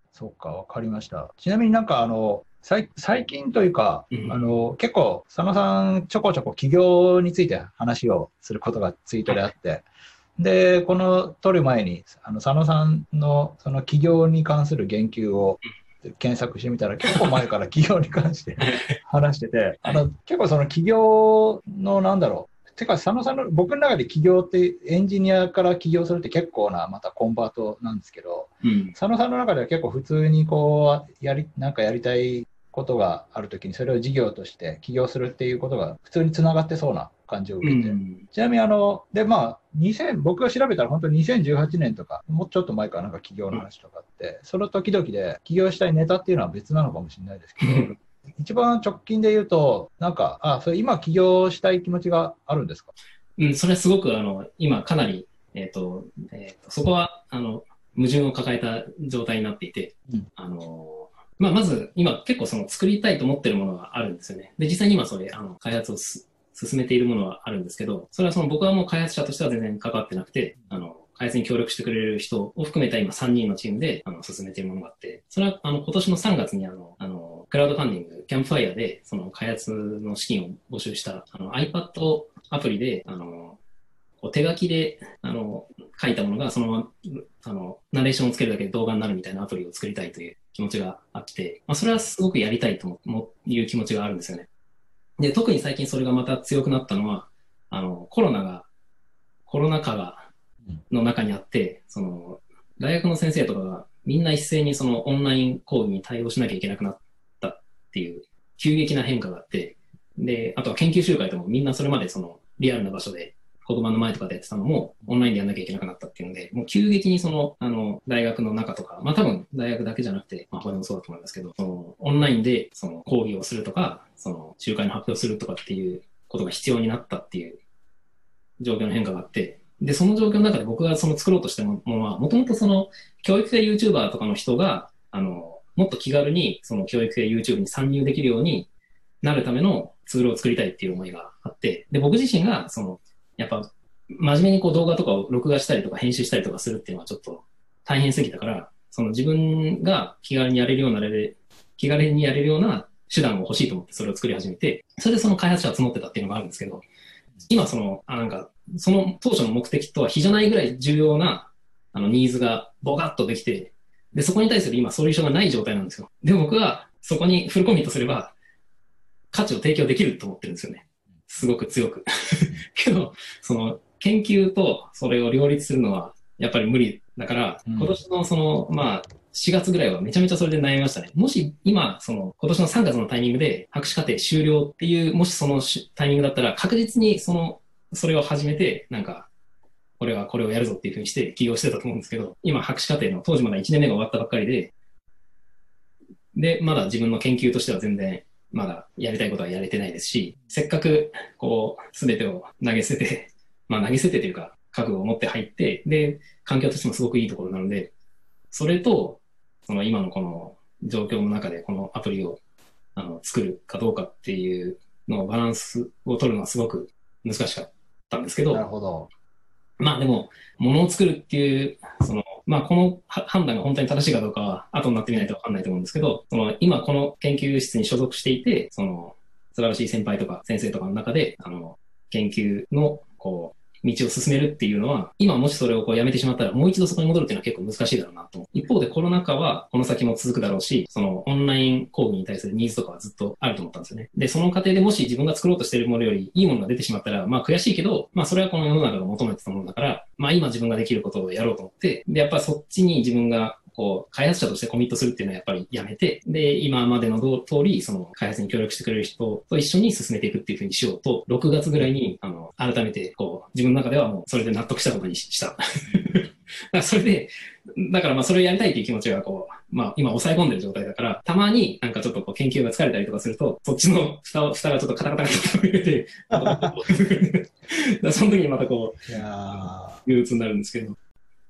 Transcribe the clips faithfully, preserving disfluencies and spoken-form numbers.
そうか、わかりました。ちなみになんかあの、最最近というか、 うん、 あの、結構、佐野さん、ちょこちょこ起業について話をすることがツイートであって、で、この撮る前に、あの佐野さんのその起業に関する言及を検索してみたら、結構前から起業に関して話してて、あの、結構その起業のなんだろう、てか佐野さんの、僕の中で起業ってエンジニアから起業するって結構なまたコンバートなんですけど、 うん、 佐野さんの中では結構普通にこう、やり、なんかやりたいことがあるときにそれを事業として起業するっていうことが普通につながってそうな感じをう受けて。 ん。 ちなみにあの、でまあ、にせん僕が調べたら本当ににせんじゅうはちねんとか、もうちょっと前からなんか起業の話とかあって、その時々で起業したいネタっていうのは別なのかもしれないですけど、一番直近で言うと、なんか、あ、それ今起業したい気持ちがあるんですか？ うん、それはすごく、あの、今かなり、えっと、えっと、そこは、あの、矛盾を抱えた状態になっていて、 うん。 あの、まあ、まず、今結構その作りたいと思ってるものがあるんですよね。で、実際に今それ、あの、開発をす進めているものはあるんですけど、それはその僕はもう開発者としては全然関わってなくて、あの、開発に協力してくれる人を含めた今さんにんのチームで、あの、進めているものがあって、それは、あの、今年のさんがつにあの、あの、クラウドファンディング、キャンプファイヤーで、その開発の資金を募集した、あの、iPad アプリで、あの、こう手書きで、あの、書いたものが、そのまま、あの、ナレーションをつけるだけで動画になるみたいなアプリを作りたいという気持ちがあって、まあ、それはすごくやりたいともいう気持ちがあるんですよね。で、特に最近それがまた強くなったのは、あの、コロナが、コロナ禍が、の中にあって、その、大学の先生とかがみんな一斉にそのオンライン講義に対応しなきゃいけなくなったっていう急激な変化があって、で、あとは研究集会でもみんなそれまでそのリアルな場所で黒板の前とかでやってたのもオンラインでやんなきゃいけなくなったっていうので、もう急激にその、あの、大学の中とか、まあ多分大学だけじゃなくて、まあ他でもそうだと思いますけど、そのオンラインでその講義をするとか、その集会の発表をするとかっていうことが必要になったっていう状況の変化があって、で、その状況の中で僕がその作ろうとしたものは、もともとその教育系 YouTuber とかの人が、あの、もっと気軽にその教育系 YouTube に参入できるようになるためのツールを作りたいっていう思いがあって、で、僕自身が、その、やっぱ、真面目にこう動画とかを録画したりとか編集したりとかするっていうのはちょっと大変すぎたから、その自分が気軽にやれるようなレベル、気軽にやれるような手段を欲しいと思ってそれを作り始めて、それでその開発者を募ってたっていうのがあるんですけど、今その、あ、なんか、その当初の目的とは比じゃないぐらい重要な、あの、ニーズがボカッとできて、で、そこに対する今ソリューションがない状態なんですよ。で、僕はそこにフルコミットすれば、価値を提供できると思ってるんですよね。すごく強く。けど、その、研究とそれを両立するのは、やっぱり無理だから、今年のその、まあ、しがつぐらいはめちゃめちゃそれで悩みましたね。もし今、その、今年のさんがつのタイミングで博士課程終了っていう、もしそのタイミングだったら、確実にその、それを始めて、なんか、俺はこれをやるぞっていうふうにして起業してたと思うんですけど、今博士課程の当時まだいちねんめが終わったばっかりで、で、まだ自分の研究としては全然、まだやりたいことはやれてないですし、せっかく、こう、すべてを投げ捨てて、まあ投げ捨ててというか、覚悟を持って入って、で、環境としてもすごくいいところなので、それと、その今のこの状況の中でこのアプリをあの作るかどうかっていうのをバランスを取るのはすごく難しかったんですけど、 なるほど。 まあでも、物を作るっていう、その、まあこの判断が本当に正しいかどうかは後になってみないとわかんないと思うんですけど、その今この研究室に所属していて、その素晴らしい先輩とか先生とかの中で、あの、研究のこう、道を進めるっていうのは、今もしそれをこうやめてしまったらもう一度そこに戻るっていうのは結構難しいだろうなと。一方でコロナ禍はこの先も続くだろうし、そのオンライン講義に対するニーズとかはずっとあると思ったんですよね。で、その過程でもし自分が作ろうとしているものよりいいものが出てしまったら、まあ悔しいけど、まあそれはこの世の中が求めてたものだから、まあ今自分ができることをやろうと思って、で、やっぱりそっちに自分がこう、開発者としてコミットするっていうのはやっぱりやめて、で、今までの通り、その、開発に協力してくれる人と一緒に進めていくっていうふうにしようと、ろくがつぐらいに、あの、改めて、こう、自分の中ではもう、それで納得したことにした。だからそれで、だからまあそれをやりたいっていう気持ちがこう、まあ今抑え込んでる状態だから、たまになんかちょっとこう研究が疲れたりとかすると、そっちの蓋を、蓋がちょっとカタカタカタと入れて、だその時にまたこう、憂鬱になるんですけど。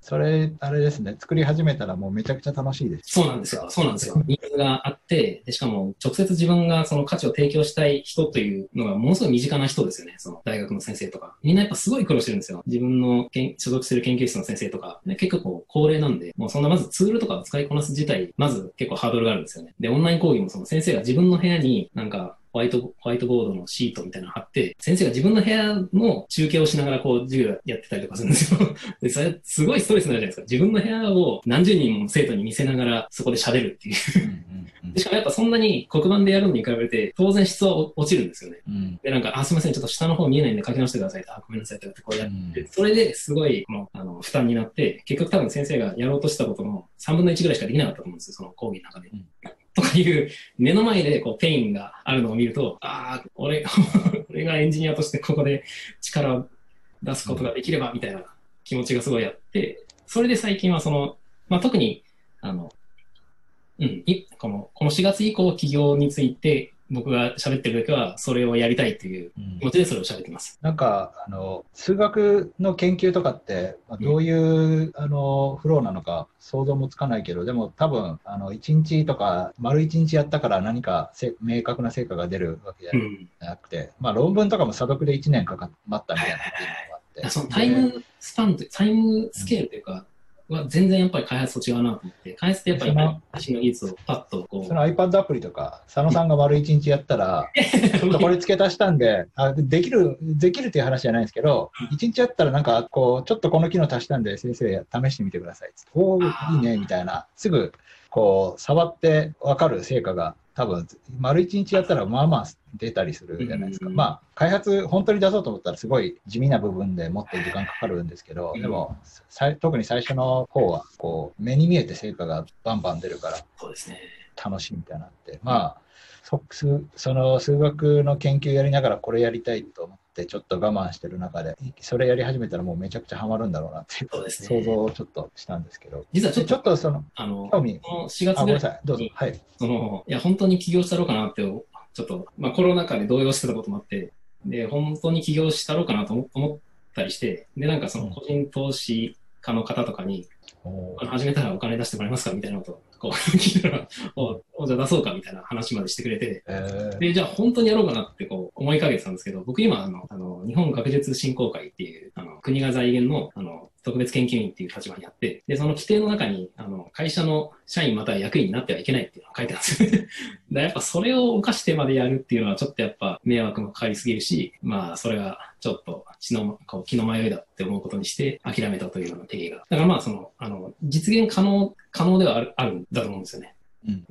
それ、あれですね、作り始めたらもうめちゃくちゃ楽しいです。 そうなんですよ。そうなんですよ。ニーズがあって、でしかも直接自分がその価値を提供したい人というのがものすごい身近な人ですよね。その大学の先生とか。みんなやっぱすごい苦労してるんですよ。自分のけん所属してる研究室の先生とか、ね、結構こう高齢なんで、もうそんなまずツールとかを使いこなす自体、まず結構ハードルがあるんですよね。で、オンライン講義もその先生が自分の部屋になんか、ホワイト、ホワイトボードのシートみたいなの貼って、先生が自分の部屋の中継をしながらこう授業やってたりとかするんですよ。で、それすごいストレスになるじゃないですか。自分の部屋を何十人も生徒に見せながらそこで喋るっていう。でしかもやっぱそんなに黒板でやるのに比べて当然質は落ちるんですよね。うん、で、なんか、あ、すいません、ちょっと下の方見えないんで書き直してください。あ、ごめんなさいとかってこうやって、うん、それですごいこのあの負担になって、結局多分先生がやろうとしたことのさんぶんのいちぐらいしかできなかったと思うんですよ。その講義の中で。うんとかいう目の前でこうペインがあるのを見ると、ああ、俺、俺がエンジニアとしてここで力を出すことができればみたいな気持ちがすごいあって、それで最近はその、まあ、特に、あの、うん、いこの、このしがつ以降企業について僕が喋ってる時はそれをやりたいという気持ちでそれを喋ってます。 うん、なんか、あの、数学の研究とかって、どういう、うん、あの、フローなのか想像もつかないけど、でも多分、あの、いちにちとか、丸いちにちやったから何かせ明確な成果が出るわけじゃなくて、うん、まあ論文とかも査読でいちねんかかったみたいなっていうのがあって。 そのタイムスパンと、タイムスケールというか、うんは全然やっぱり開発と違うなと思って、開発ってやっぱり私の技術をパッとこう。 その iPad アプリとか、佐野さんが丸一日やったら、ちょっとこれ付け足したんで、あできる、できるっていう話じゃないんですけど、一日やったらなんかこう、ちょっとこの機能足したんで先生試してみてください。おお、いいね、みたいな。すぐ、こう、触ってわかる成果が多分、丸一日やったらまあまあ出たりするじゃないですか。まあ、開発本当に出そうと思ったらすごい地味な部分でもっと時間かかるんですけど、でも、特に最初の方は、こう、目に見えて成果がバンバン出るから、 そうですね。 楽しいみたいになって、まあ、そ, その数学の研究やりながらこれやりたいと思ってちょっと我慢してる中で、それやり始めたらもうめちゃくちゃハマるんだろうなっていう、そうですね、想像をちょっとしたんですけど、 実はちょっと、 ちょっとその、 あの、 興味、 このしがつぐらいに、はい、その、いや、本当に起業したろうかなって、ちょっと、まあコロナ禍で動揺してたこともあって、で、本当に起業したろうかなと思ったりして、で、なんかその個人投資家の方とかに、うん、始めたらお金出してもらえますかみたいなことをこう聞いたら、お、おじゃあ出そうかみたいな話までしてくれて、えー、で、じゃあ本当にやろうかなってこう思いかけてたんですけど、僕今あの、あの日本学術振興会っていうあの国が財源のあの特別研究員っていう立場にあって、で、その規定の中にあの会社の社員または役員になってはいけないっていうのが書いてあるんですよね。だやっぱそれを犯してまでやるっていうのはちょっとやっぱ迷惑もかかりすぎるし、まあそれがちょっと血のこう気の迷いだって思うことにして諦めたというような経緯が。だからまあその、あの、実現可能、可能ではある、あるんだと思うんですよね。うん。うん、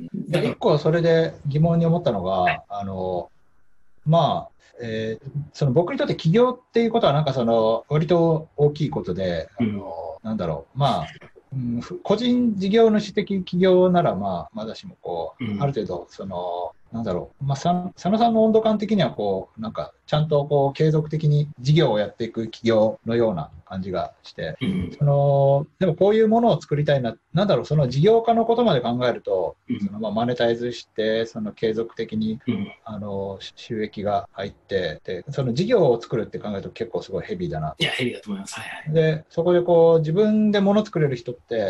だから一個それで疑問に思ったのが、はい、あの、まあ、えー、その僕にとって起業っていうことはなんかその割と大きいことで、あの、うん、なんだろう、まあ、うん、個人事業主的起業ならまあ、まだしもこう、うん、ある程度、その、なんだろう、まあ、佐野さんの温度感的にはこう、なんか、ちゃんとこう、継続的に事業をやっていく起業のような感じがして、うん、その、でもこういうものを作りたいな、なんだろう、その事業化のことまで考えると、うん、そのまあマネタイズして、その継続的に、うん、あの、収益が入って、で、その事業を作るって考えると結構すごいヘビーだな。 いや、ヘビーだと思います。はいはい。 で、そこでこう、自分で物作れる人って、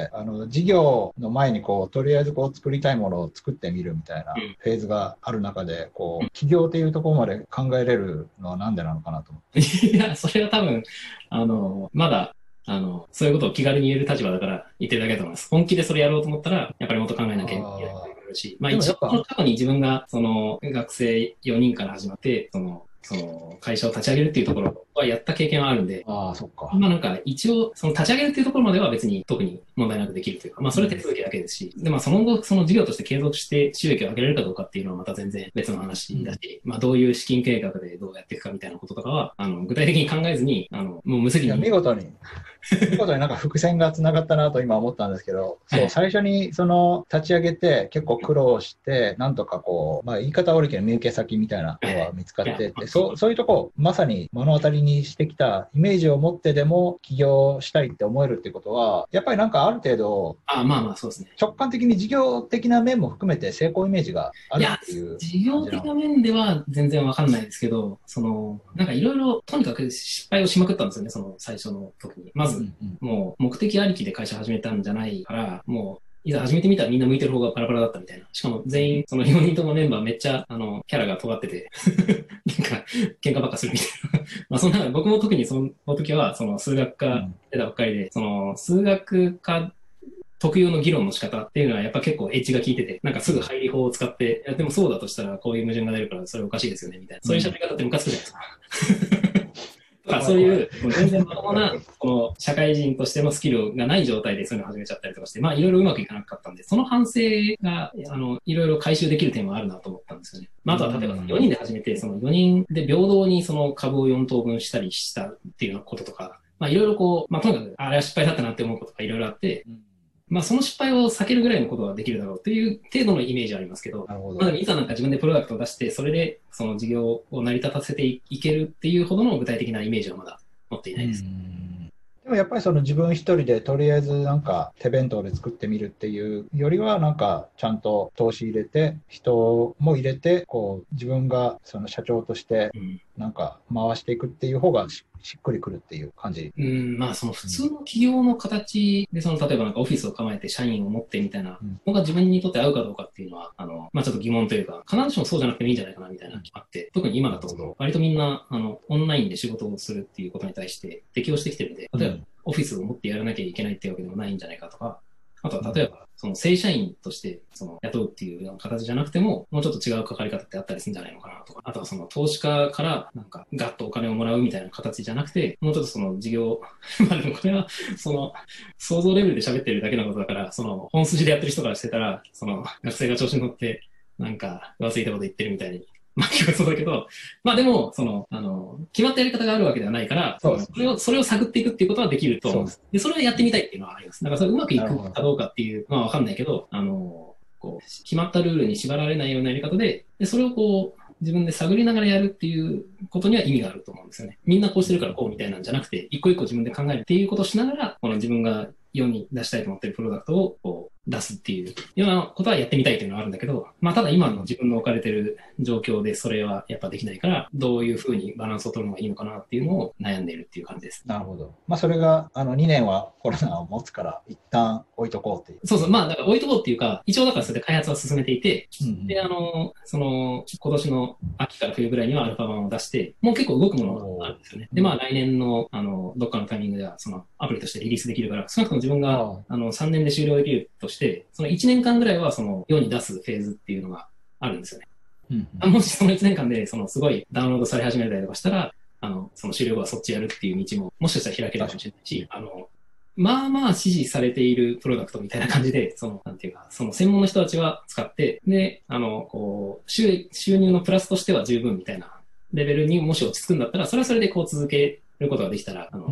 あの、事業の前にこう、とりあえずこう、作りたいものを作ってみるみたいなフェーズがある中で、こう、起業っていうところまで考えれるのはなんでなのかなと思って。 いや、それは多分、あの、まだ、あの、そういうことを気軽に言える立場だから言ってるだけだと思います。本気でそれやろうと思ったら、やっぱりもっと考えなきゃいけないし、まあ一応、過去に自分が、その、学生よにんから始まって、その、その会社を立ち上げるっていうところはやった経験はあるんで、 ああ、そっか。 まあなんか一応、その立ち上げるっていうところまでは別に特に問題なくできるというか、まあそれ手続きだけですし、でまあその後、その事業として継続して収益を上げられるかどうかっていうのはまた全然別の話だし、うん、まあどういう資金計画でどうやっていくかみたいなこととかは、あの、具体的に考えずに、あの、もう無責任に。 見事に、見事になんか伏線が繋がったなと今思ったんですけど、そう、最初にその立ち上げて結構苦労して、なんとかこう、まあ言い方悪いけど見受け先みたいなのは見つかってて、そう、そういうとこ、まさに目の当たりにしてきたイメージを持ってでも起業したいって思えるってことは、やっぱりなんかある程度、 あ、まあまあ、そうですね。 直感的に事業的な面も含めて成功イメージがあいや、 るっていう事業的な面では全然わかんないですけど、その、なんかいろいろ、とにかく失敗をしまくったんですよね、その最初の時に。まず、 うんうんもう目的ありきで会社始めたんじゃないから、もう、いざ始めてみたらみんな向いてる方がバラバラだったみたいな。しかも全員、そのよにんともメンバーめっちゃ、あの、キャラが尖ってて、なんか、喧嘩ばっかするみたいな。まあそんな、僕も特にその時は、その数学科出たばっかりで、その、数学科特有の議論の仕方っていうのはやっぱ結構エッジが効いてて、なんかすぐ入り法を使って、いやでもそうだとしたらこういう矛盾が出るからそれおかしいですよね、みたいな。そういう喋り方ってムカつくじゃないですか。とかそういう、全然まともな、この社会人としてのスキルがない状態でそういうのを始めちゃったりとかして、まあいろいろうまくいかなかったんで、その反省が、あの、いろいろ回収できる点はあるなと思ったんですよね。まああとは例えばよにんで始めて、そのよにんで平等にその株をよん等分したりしたっていうこととか、まあいろいろこう、まあとにかくあれは失敗だったなって思うことがいろいろあって、まあその失敗を避けるぐらいのことはできるだろうという程度のイメージはありますけど、どまあいざなんか自分でプロダクトを出して、それでその事業を成り立たせていけるっていうほどの具体的なイメージはまだ持っていないです。 でもやっぱりその自分一人でとりあえずなんか手弁当で作ってみるっていうよりはなんかちゃんと投資入れて人も入れてこう自分がその社長としてなんか回していくっていう方がししっくりくるっていう感じ。 うん、まあその普通の企業の形でその例えばなんかオフィスを構えて社員を持ってみたいなのが自分にとって合うかどうかっていうのはあのまあちょっと疑問というか必ずしもそうじゃなくてもいいんじゃないかなみたいなのがあって、特に今だと割とみんなあのオンラインで仕事をするっていうことに対して適応してきてるんで、例えばオフィスを持ってやらなきゃいけないっていうわけでもないんじゃないかとか、あとは例えば、その正社員としてその雇うっていうような形じゃなくても、もうちょっと違う関わり方ってあったりするんじゃないのかなとか、あとはその投資家からなんかガッとお金をもらうみたいな形じゃなくて、もうちょっとその事業、まあでもこれはその想像レベルで喋ってるだけのことだから、その本筋でやってる人からしてたら、その学生が調子に乗ってなんか噂いたこと言ってるみたいにまあ、聞こえそうだけど、まあでも、その、あの、決まったやり方があるわけではないから、そうそれを、それを探っていくっていうことはできると思うんです。で、それをやってみたいっていうのはあります。だからそれうまくいくかどうかっていうのはわかんないけど、あの、こう、決まったルールに縛られないようなやり方で、で、それをこう、自分で探りながらやるっていうことには意味があると思うんですよね。みんなこうしてるからこうみたいなんじゃなくて、一個一個自分で考えるっていうことをしながら、この自分が世に出したいと思っているプロダクトをこう出すっていうようなことはやってみたいというのはあるんだけど、まあただ今の自分の置かれている状況でそれはやっぱできないから、どういうふうにバランスを取るのがいいのかなっていうのを悩んでいるっていう感じです。 なるほど。まあそれがあのにねんはコロナを持つから一旦置いとこうっていう。 そうそう、まあだから置いとこうっていうか、一応だからそれで開発は進めていて、うんうん、で、あの、その今年の秋から冬ぐらいにはアルファ版を出して、もう結構動くものがあるんですよね。で、まあ来年のあの、どっかのタイミングではそのアプリとしてリリースできるから、少なくとも自分があのさんねんで終了できるとして、そのいちねんかんぐらいはその世に出すフェーズっていうのがあるんですよね。うんうん、もしそのいちねんかんでそのすごいダウンロードされ始めたりとかしたら、あの、その終了後はそっちやるっていう道ももしかしたら開けるかもしれないし、あの、まあまあ支持されているプロダクトみたいな感じで、その、なんていうか、その専門の人たちは使って、で、あの、こう、収収入のプラスとしては十分みたいなレベルにもし落ち着くんだったら、それはそれでこう続けることができたら、あの、うん、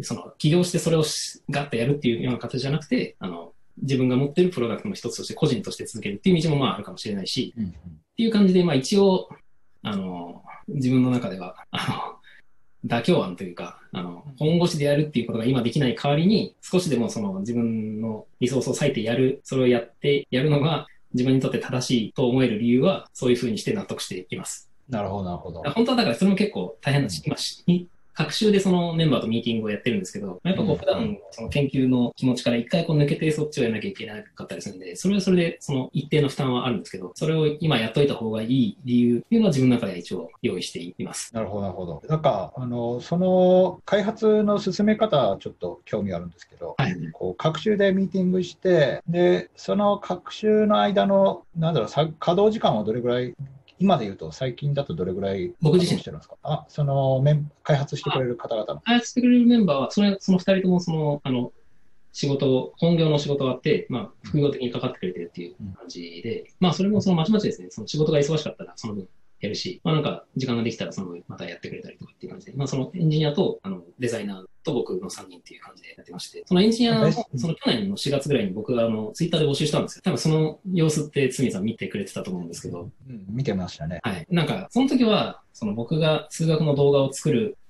その、起業してそれをガッとやるっていうような形じゃなくて、あの、自分が持ってるプロダクトの一つとして個人として続けるっていう道もまああるかもしれないし、うんうん、っていう感じで、まあ一応、あの、自分の中では、あの、妥協案というか、あの、本腰でやるっていうことが今できない代わりに、少しでもその自分のリソースを割いてやる、それをやってやるのが自分にとって正しいと思える理由は、そういうふうにして納得しています。 なるほど、なるほど。 本当はだからそれも結構大変だし、今、各週でそのメンバーとミーティングをやってるんですけど、やっぱこう普段その研究の気持ちから一回こう抜けてそっちをやらなきゃいけなかったりするんで、それはそれでその一定の負担はあるんですけど、それを今やっといた方がいい理由っていうのは自分の中で一応用意しています。 なるほど、なるほど。なんか、あの、その開発の進め方ちょっと興味あるんですけど、はい、こう各週でミーティングして、で、その各週の間の、なんだろう、稼働時間はどれぐらい今で言うと、最近だとどれぐらい僕自身してるんですか？あ、そのメン、開発してくれる方々の。 開発してくれるメンバーは、それ、その二人とも、その、あの、仕事、本業の仕事があって、まあ、副業的にかかってくれてるっていう感じで、うん、まあ、それもそのまちまちですね、その仕事が忙しかったら、その分やるし、まあ、なんか、時間ができたら、その分またやってくれたりとかっていう感じで、まあ、そのエンジニアと、あの、デザイナーと僕のさんにんっていう感じでやってまして、そのエンジニアの、その去年のしがつぐらいに僕が、あの、ツイッターで募集したんですよ。多分その様子って、つみさん見てくれてたと思うんですけど。 うん、見てましたね。 はい。なんか、その時は、その僕が数学の動画を作る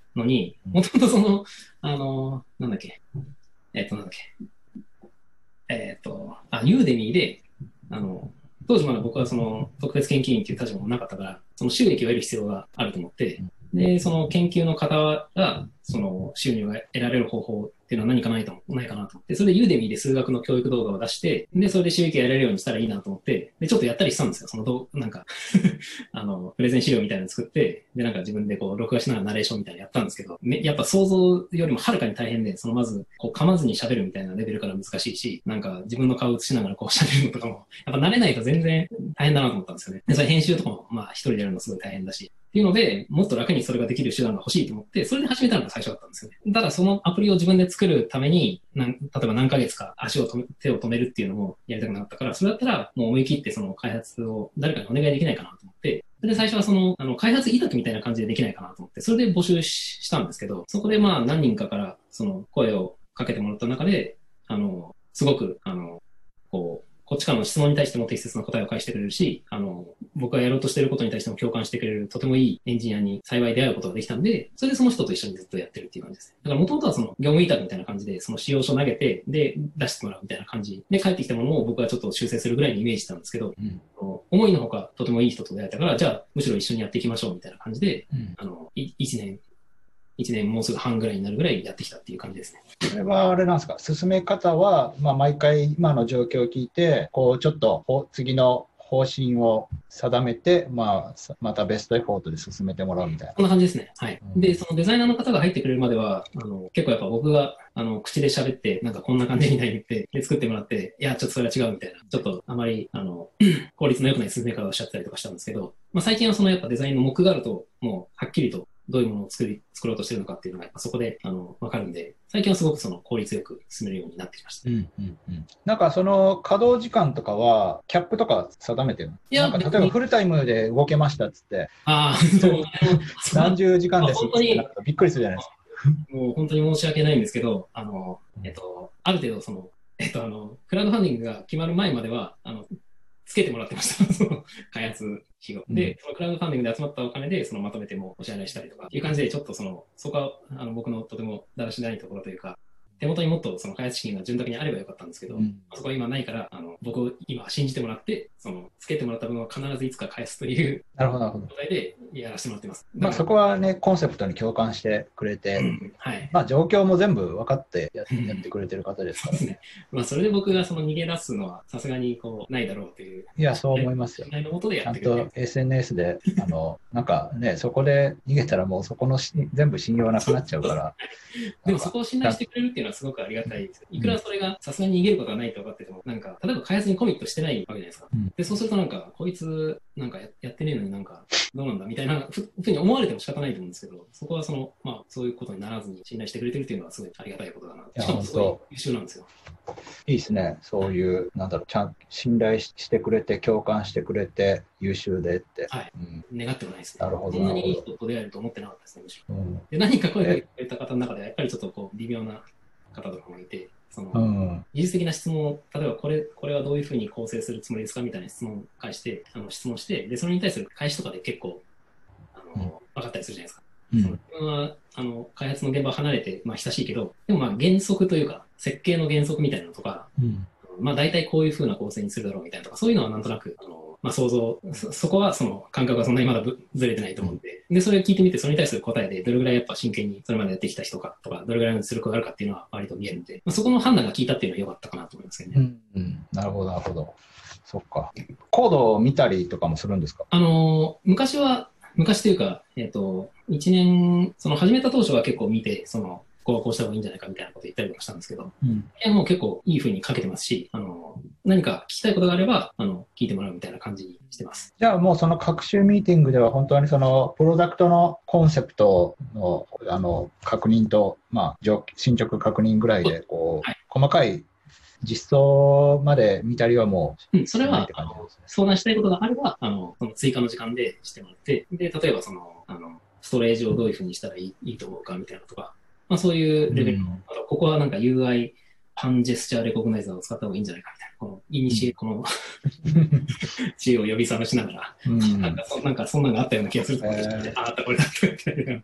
のに、もともとその、あの、なんだっけ、えっと、なんだっけ、えっと、あ、ユーデミーで、あの、当時まだ僕はその特別研究員という立場もなかったから、その収益を得る必要があると思って、で、その研究の方が、その収入が得られる方法っていうのは何かないとないかなと思って、それでユーデミーで数学の教育動画を出して、で、それで収益が得られるようにしたらいいなと思って、で、ちょっとやったりしたんですよ。そのどう、なんかあの、プレゼン資料みたいなの作って、で、なんか自分でこう、録画しながらナレーションみたいなのやったんですけど、ね、やっぱ想像よりもはるかに大変で、そのまず、こう、噛まずに喋るみたいなレベルから難しいし、なんか自分の顔を映しながらこう喋るのとかも、やっぱ慣れないと全然大変だなと思ったんですよね。で、それ編集とかも、まあ一人でやるのすごい大変だし、っていうので、もっと楽にそれができる手段が欲しいと思って、それで始めたのが最初だったんですよね。ただそのアプリを自分で作るために、なん例えば何ヶ月か足を止め、手を止めるっていうのもやりたくなかったから、それだったらもう思い切ってその開発を誰かにお願いできないかなと思って、それで最初はその、あの、開発委託みたいな感じでできないかなと思って、それで募集したんですけど、そこでまあ何人かからその声をかけてもらった中で、あの、すごく、あの、こう、こっちからの質問に対しても適切な答えを返してくれるし、あの、僕がやろうとしていることに対しても共感してくれる、とてもいいエンジニアに幸い出会うことができたんで、それでその人と一緒にずっとやってるっていう感じですね。だから元々はその業務委託みたいな感じで、その使用書投げて、で、出してもらうみたいな感じで帰ってきたものを僕はちょっと修正するぐらいにイメージしたんですけど、うん、思いのほかとてもいい人と出会えたから、じゃあむしろ一緒にやっていきましょうみたいな感じで、うん、あの、い一年、一年もうすぐ半ぐらいになるぐらいやってきたっていう感じですね。 それはあれなんですか、進め方は、まあ、毎回今の状況を聞いて、こうちょっと次の方針を定めて、まあ、またベストエフォートで進めてもらうみたいな。 そんな感じですね。はい。うん、で、そのデザイナーの方が入ってくれるまでは、あの、結構やっぱ僕が、あの、口で喋って、なんかこんな感じみたいに言って、で、作ってもらって、いや、ちょっとそれは違うみたいな、ちょっとあまり、あの、効率の良くない進め方をしちゃったりとかしたんですけど、まあ最近はそのやっぱデザインの目があると、もうはっきりと、どういうものを作り、作ろうとしてるのかっていうのが、やっぱそこで、あの、わかるんで、最近はすごくその効率よく進めるようになってきました。 うんうんうん。なんかその稼働時間とかは、キャップとか定めてるの？いや、なんか例えばフルタイムで動けましたっつって、 ああ、そう。 何十時間ですってびっくりするじゃないですか。 もう本当に申し訳ないんですけど、あの、えっと、ある程度その、えっと、あの、クラウドファンディングが決まる前までは、あの、つけてもらってました。その開発費を。で、そのクラウドファンディングで集まったお金で、そのまとめてもお支払いしたりとか、いう感じで、ちょっとその、そこは、あの、僕のとてもだらしないところというか、手元にもっとその開発資金が潤沢にあればよかったんですけど、うん、そこは今ないから、あの、僕を今信じてもらって、その、つけてもらった分は必ずいつか返すという、 なるほど、なるほど。 状態でやらせてもらってます。 まあそこはね、コンセプトに共感してくれて、うん、 はい。 まあ状況も全部分かってややってくれてる方ですからね。 そうですね。まあそれで僕がその逃げ出すのはさすがにこう、ないだろうという。 いや、そう思いますよ。 の元でやちゃんと エスエヌエス で、あの、なんかね、そこで逃げたらもうそこのし全部信用なくなっちゃうから。 でもそこを信頼してくれるっていうのはすごくありがたいです。いくらそれがさすがに逃げることはないと分かってても、なんか、例えば開発にコミットしてないわけじゃないですか。うん、で、そうするとなんか、こいつ、なんか や, やってねえのになんか、どうなんだみたいなふうに思われても仕方ないと思うんですけど、そこはその、まあ、そういうことにならずに信頼してくれてるっていうのはすごいありがたいことだな。しかもすごい優秀なんですよ。 いいですね。そういう、なんだろう、ちゃん信頼してくれて、共感してくれて、優秀でって。 はい。うん、願ってもないですね。 なるほど。 そんなにいい人と出会えると思ってなかったですね、むしろ。うん、で、何か声かけてくれた方の中で、やっぱりちょっとこう、微妙な方とかもいて、その、うん、技術的な質問を、例えばこれ、これはどういうふうに構成するつもりですかみたいな質問を返して、あの質問して、で、それに対する返しとかで結構、あの、うん、分かったりするじゃないですか。うん、その自分は、あの、開発の現場を離れて、まあ、親しいけど、でもまあ、原則というか、設計の原則みたいなのとか、うん、まあ、大体こういうふうな構成にするだろうみたいなとか、そういうのはなんとなく、あの、まあ、想像、そ、そこはその感覚がそんなにまだぶずれてないと思うんで、で、それを聞いてみて、それに対する答えで、どれぐらいやっぱ真剣にそれまでやってきた人かとか、どれぐらいの出力があるかっていうのは割と見えるんで、まあ、そこの判断が効いたっていうのは良かったかなと思いますけどね。 うん、うん、なるほど、なるほど。そっか。コードを見たりとかもするんですか？ あの、昔は、昔というか、えっと、一年、その始めた当初は結構見て、その、ここはこうした方がいいんじゃないかみたいなこと言ったりとかしたんですけど、うん、いやもう結構いい風に書けてますし、あの、何か聞きたいことがあれば、あの、聞いてもらうみたいな感じにしてます。 じゃあもうその学習ミーティングでは本当にそのプロダクトのコンセプトの、あの、確認と、まあ、進捗確認ぐらいで、こう、はい、細かい実装まで見たりはもう、うん、それは、相談したいことがあれば、あの、その追加の時間でしてもらって、で、例えばその、あの、ストレージをどういう風にしたらいい、いいと思うかみたいなとか、まあそういうレベルの、うん、あとここはなんか ユーアイ パンジェスチャーレコグナイザーを使った方がいいんじゃないかみたいな、このイニシエ、うん、この知恵を呼び覚ましながら、うん、なんかそなんかそんなのがあったような気がすると、えー、ああったこれだったみたいな。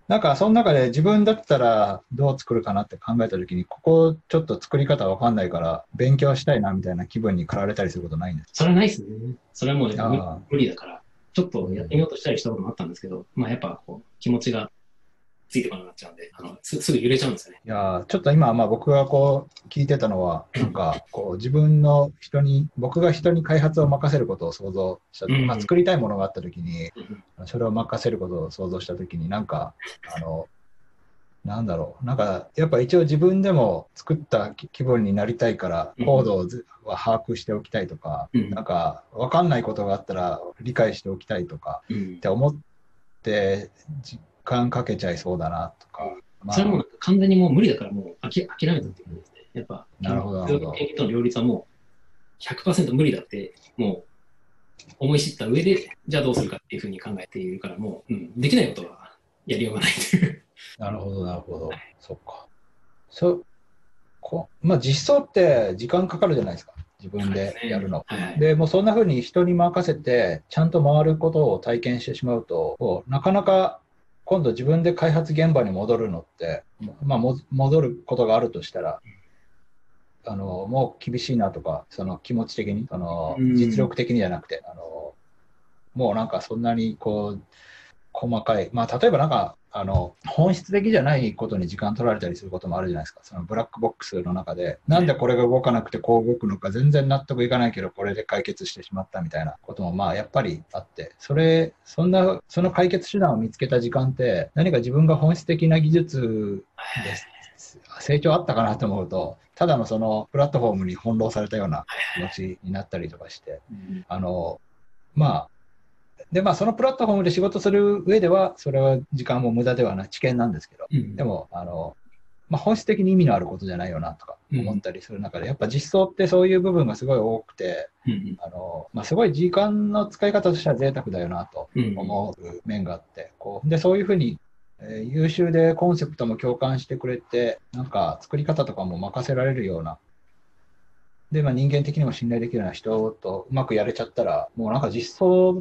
なんかその中で自分だったらどう作るかなって考えたときに、ここちょっと作り方わかんないから勉強したいなみたいな気分に駆られたりすることないんですか？ それはないですね。それはもう、ね、 あ無理だから、ちょっとやってみようとしたりしたこともあったんですけど、まあやっぱこう気持ちがついてこなくなっちゃうんで、あのすすぐ揺れちゃうんですよね。 いやちょっと今、まあ僕がこう聞いてたのは、なんかこう自分の人に、僕が人に開発を任せることを想像した、うん、まあ、作りたいものがあったときに、うん、それを任せることを想像したときに、なんか、あの、なんだろう、なんかやっぱ一応自分でも作った気分になりたいから、コードは把握しておきたいとか、うん、なんか分かんないことがあったら理解しておきたいとかって思って、時間かけちゃいそうだなとか。 まあ、それも完全にもう無理だからもう諦めたっていうことですね。やっぱ、 なるほど、なるほど。 研究との両立はもう ひゃくパーセント 無理だって、もう思い知った上で、じゃあどうするかっていうふうに考えているからもう、うん、できないことはやりようがないという。 なるほど、なるほど。そっか。そこまあ、実装って時間かかるじゃないですか。自分でやるの。で、ねはいはい、もうそんな風に人に任せて、ちゃんと回ることを体験してしまうと、なかなか今度自分で開発現場に戻るのって、まあ、も戻ることがあるとしたら、あのもう厳しいなとか、その気持ち的に、その実力的にじゃなくて、あのもうなんかそんなにこう、細かい、まあ、例えばなんか、あの、本質的じゃないことに時間取られたりすることもあるじゃないですか。そのブラックボックスの中で、なんでこれが動かなくてこう動くのか全然納得いかないけど、これで解決してしまったみたいなことも、まあ、やっぱりあって、それ、そんな、その解決手段を見つけた時間って、何か自分が本質的な技術で成長あったかなと思うと、ただのそのプラットフォームに翻弄されたような気持ちになったりとかして、あの、まあ、で、まあ、そのプラットフォームで仕事する上では、それは時間も無駄ではない、知見なんですけど、うん、でも、あの、まあ、本質的に意味のあることじゃないよなとか思ったりする中で、やっぱ実装ってそういう部分がすごい多くて、うん、あの、まあ、すごい時間の使い方としては贅沢だよなと思う面があって、こう、で、そういうふうに、えー、優秀でコンセプトも共感してくれて、なんか作り方とかも任せられるような、で、まあ、人間的にも信頼できるような人とうまくやれちゃったら、もうなんか実装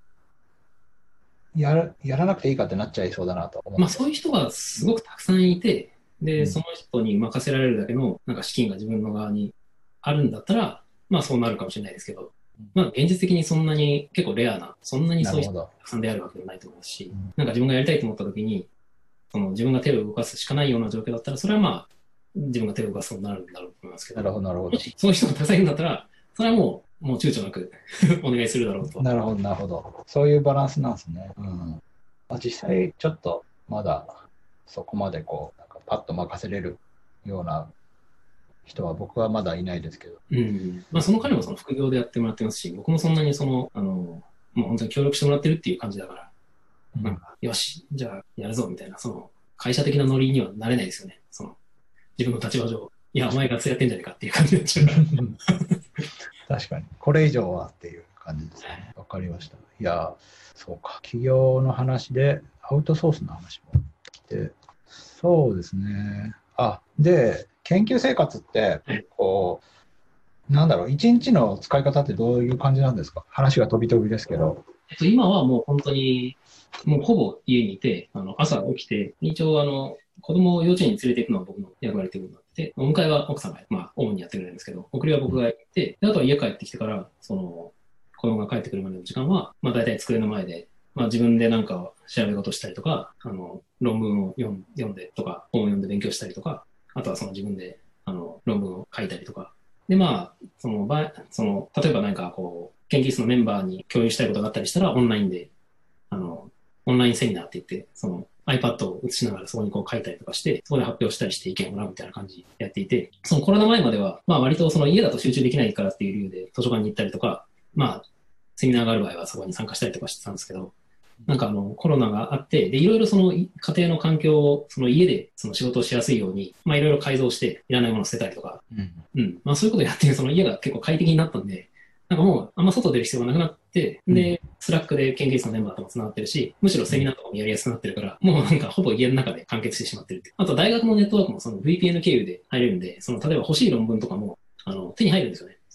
やら、やらなくていいかってなっちゃいそうだなと思って。 まあそういう人がすごくたくさんいて、で、うん、その人に任せられるだけのなんか資金が自分の側にあるんだったら、まあそうなるかもしれないですけど、うん、まあ現実的にそんなに結構レアな、そんなにそういう人がたくさん出会えるわけではないと思いますし、うん、なんか自分がやりたいと思った時に、その自分が手を動かすしかないような状況だったら、それはまあ自分が手を動かすことになるんだろうと思いますけど、 なるほど、なるほど。 もしそういう人がたくさんいるんだったら、それはもう、もう躊躇なくお願いするだろうと。 なるほど、なるほど。そういうバランスなんですね。うん実際ちょっとまだそこまでこうなんかパッと任せれるような人は僕はまだいないですけど、 うんまあ、その彼もその副業でやってもらってますし、僕もそんなにそのあのもう本当に協力してもらってるっていう感じだから、うん、なんかよしじゃあやるぞみたいなその会社的なノリにはなれないですよね。その自分の立場上いやお前がつやってんじゃねえかっていう感じになっちゃうから確かにこれ以上はっていう感じですね。わかりました。いやそうか、企業の話で、アウトソースの話も来て、そうですね。あ、で、研究生活って、こう、なんだろう、一日の使い方ってどういう感じなんですか？話が飛び飛びですけど。 えっと、今はもう本当に、もうほぼ家にいて、あの朝起きて、一応あの、子供を幼稚園に連れて行くのは僕の役割ということになってて、お迎えは奥さんが、まあ、主にやってくれるんですけど、送りは僕がやって、であとは家帰ってきてから、その、子供が帰ってくるまでの時間は、まあ大体机の前で、まあ自分でなんか調べ事したりとか、あの、論文を読ん読んでとか、本を読んで勉強したりとか、あとはその自分で、あの、論文を書いたりとか。で、まあ、その場合、その、例えばなんかこう、研究室のメンバーに共有したいことがあったりしたら、オンラインで、あの、オンラインセミナーって言って、その iPad を映しながらそこにこう書いたりとかして、そこで発表したりして意見をもらうみたいな感じでやっていて、そのコロナ前までは、まあ割とその家だと集中できないからっていう理由で図書館に行ったりとか、まあ、セミナーがある場合はそこに参加したりとかしてたんですけど、なんかあのコロナがあって、で、いろいろその家庭の環境をその家でその仕事をしやすいように、まあいろいろ改造していらないものを捨てたりとか、うん、うん。まあそういうことをやってその家が結構快適になったんで、なんかもうあんま外出る必要がなくなって、で、スラックで研究室のメンバーとも繋がってるし、むしろセミナーとかもやりやすくなってるから、もうなんかほぼ家の中で完結してしまってるって。あと大学のネットワークもその ブイピーエヌ 経由で入れるんで、その例えば欲しい論文とかも、あの、手に入るんですよね。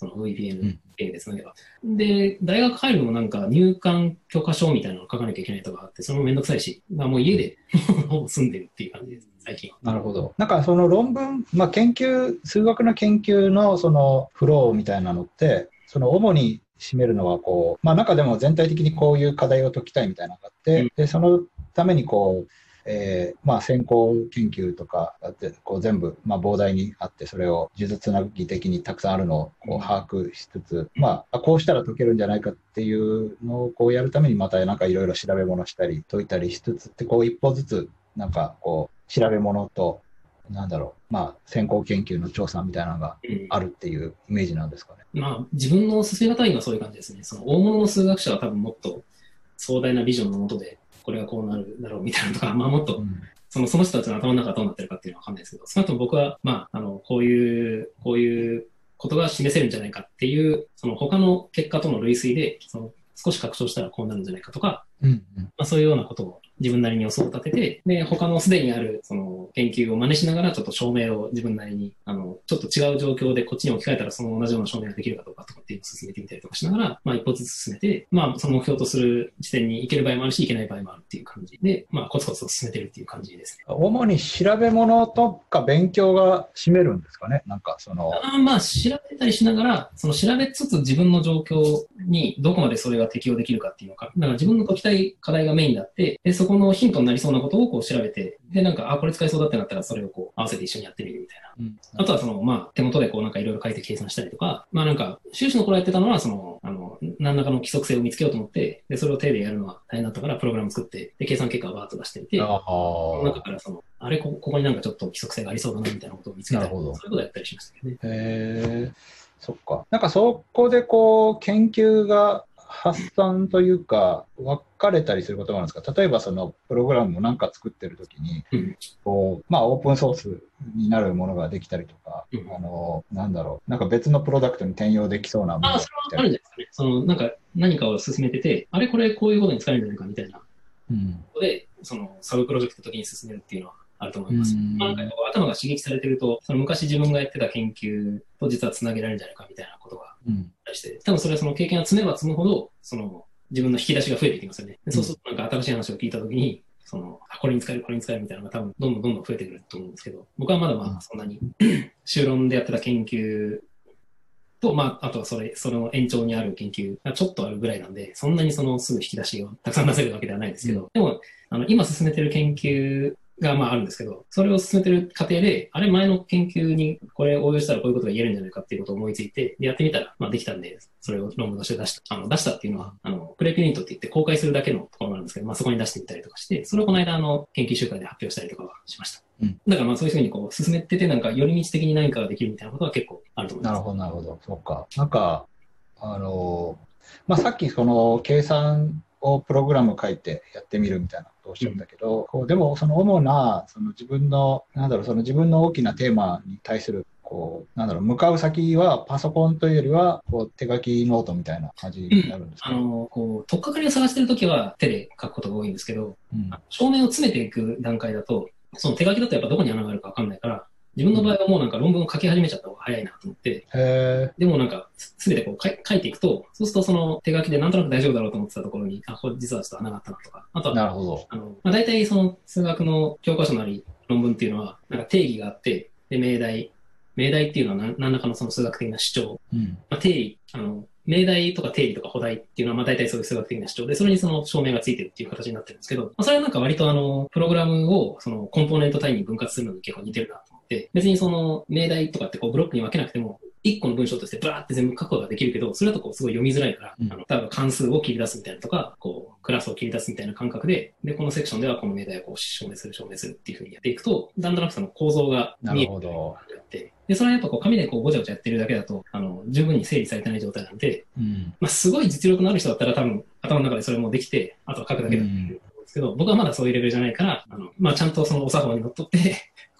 その ブイピーエヌ 経由でつなげば。で、大学入るのもなんか入管許可証みたいなのを書かなきゃいけないとかあって、それもめんどくさいし、まあ、もう家でほぼ住んでるっていう感じです、最近は。 なるほど。なんかその論文、まあ研究、数学の研究のそのフローみたいなのって、その主に占めるのはこう、まあ中でも全体的にこういう課題を解きたいみたいなのがあって、うん、で、そのためにこう、えー、まあ先行研究とかあってこう全部まあ膨大にあってそれを数珠つなぎ的にたくさんあるのをこう把握しつつ、まあこうしたら解けるんじゃないかっていうのをこうやるためにまたなんかいろいろ調べ物したり解いたりしつつってこう一歩ずつなんかこう調べ物となんだろうまあ先行研究の調査みたいなのがあるっていうイメージなんですかね。 うん、まあ自分の進め方は今そういう感じですね。その大物の数学者は多分もっと壮大なビジョンのもとでこれがこうなるだろうみたいなのとか、まあもっと、うん、そのその人たちの頭の中がどうなってるかっていうのはわかんないですけど、少なくとも僕は、まあ、あの、こういう、こういうことが示せるんじゃないかっていう、その他の結果との類推で、その少し拡張したらこうなるんじゃないかとか、うんうんまあ、そういうようなことを自分なりに予想を立てて、で、他のすでにあるその研究を真似しながらちょっと証明を自分なりに、あの、ちょっと違う状況でこっちに置き換えたらその同じような証明ができるかどうかとかっていうのを進めてみたりとかしながら、まあ一歩ずつ進めて、まあその目標とする地点に行ける場合もあるし、行けない場合もあるっていう感じで、まあコツコツと進めてるっていう感じですね。 主に調べ物とか勉強が占めるんですかねなんかその。 あまあ調べたりしながら、その調べつつ自分の状況にどこまでそれが適用できるかっていうのか、だから自分の解きたい課題がメインになって、で、そこのヒントになりそうなことをこう調べて、で、なんか、あ、これ使えそうだってなったらそれをこう合わせて一緒にやってみるみたいな。うん、あとはその、まあ、手元でこうなんかいろいろ書いて計算したりとか、まあなんか、修士の頃やってたのは、その、あの、何らかの規則性を見つけようと思って、で、それを手でやるのは大変だったから、プログラム作って、で、計算結果をバーッと出してみて、その中からその、あれこ、ここになんかちょっと規則性がありそうだなみたいなことを見つけたり、そういうことをやったりしましたけどね。 へー、そっか。なんかそこでこう、研究が、発散というか分かれたりすることもあるんですか。例えばそのプログラムを何か作ってるときに、うん、こうまあオープンソースになるものができたりとか、うん、あのなんだろうなんか別のプロダクトに転用できそうなものができたり。 あ、それはあるんじゃないですかね。そのなんか何かを進めてて、あれこれこういうことに使えるんじゃないかみたいな、うん、でそのサブプロジェクト的に進めるっていうのはあると思います。まあ、なんか頭が刺激されてると、その昔自分がやってた研究と実はつなげられるんじゃないかみたいなことがあったりして、うん、多分それはその経験が積めば積むほど、その自分の引き出しが増えていきますよね。でそうするとなんか新しい話を聞いたときに、そのこれに使える、これに使えるみたいなのが多分どんどんどんどん増えてくると思うんですけど、僕はまだまあそんなに修論でやってた研究と、まあ、あとはそれ、その延長にある研究がちょっとあるぐらいなんで、そんなにそのすぐ引き出しをたくさん出せるわけではないですけど、うん、でも、あの、今進めてる研究がまああるんですけど、それを進めてる過程で、あれ前の研究にこれ応用したらこういうことが言えるんじゃないかっていうことを思いついて、でやってみたら、まあできたんで、それを論文として出した、あの、出したっていうのは、あの、プレピリントって言って公開するだけのところなんですけど、まあそこに出してみたりとかして、それをこの間あの、研究集会で発表したりとかはしました。うん、だからまあそういうふうにこう進めててなんか寄り道的に何かができるみたいなことは結構あると思います。 なるほど、なるほど。そうか。なんか、あの、まあさっきその計算をプログラム書いてやってみるみたいなことをおっしゃったけど、うん、こうでもその主なその自分のなんだろうその自分の大きなテーマに対するこうなんだろう向かう先はパソコンというよりはこう手書きノートみたいな感じになるんですか、 うん、あのこう取っかかりを探してるときは手で書くことが多いんですけど、うん、証明を詰めていく段階だとその手書きだとやっぱどこに穴があるか分かんないから。自分の場合はもうなんか論文を書き始めちゃった方が早いなと思って、へでもなんかすべてこう書いていくと、そうするとその手書きでなんとなく大丈夫だろうと思ってたところに、あ、これ実はちょっと穴があったなとか、あとは、 なるほど。 あの、まあ、大体その数学の教科書なり論文っていうのは、なんか定義があって、で、命題、命題っていうのは何何らかのその数学的な主張、うんまあ、定理、あの、命題とか定理とか補題っていうのは、まあ大体そういう数学的な主張で、それにその証明がついてるっていう形になってるんですけど、まあ、それはなんか割とあの、プログラムをそのコンポーネント単位に分割するのに結構似てるなと思って、別にその命題とかってこうブロックに分けなくても、一個の文章としてブラーって全部書くことができるけど、それだとこうすごい読みづらいから、うん、あの、多分関数を切り出すみたいなとか、こう、クラスを切り出すみたいな感覚で、で、このセクションではこの命題をこう証明する、証明するっていう風にやっていくと、だんだんその構造が見えてくるようになって、で、それはやっぱこう紙でこうごちゃごちゃやってるだけだと、あの、十分に整理されてない状態なんで、うん、まあすごい実力のある人だったら多分頭の中でそれもできて、あとは書くだけだっていうと思うんですけど、うん、僕はまだそういうレベルじゃないから、あの、まあちゃんとそのお作法にのっとって、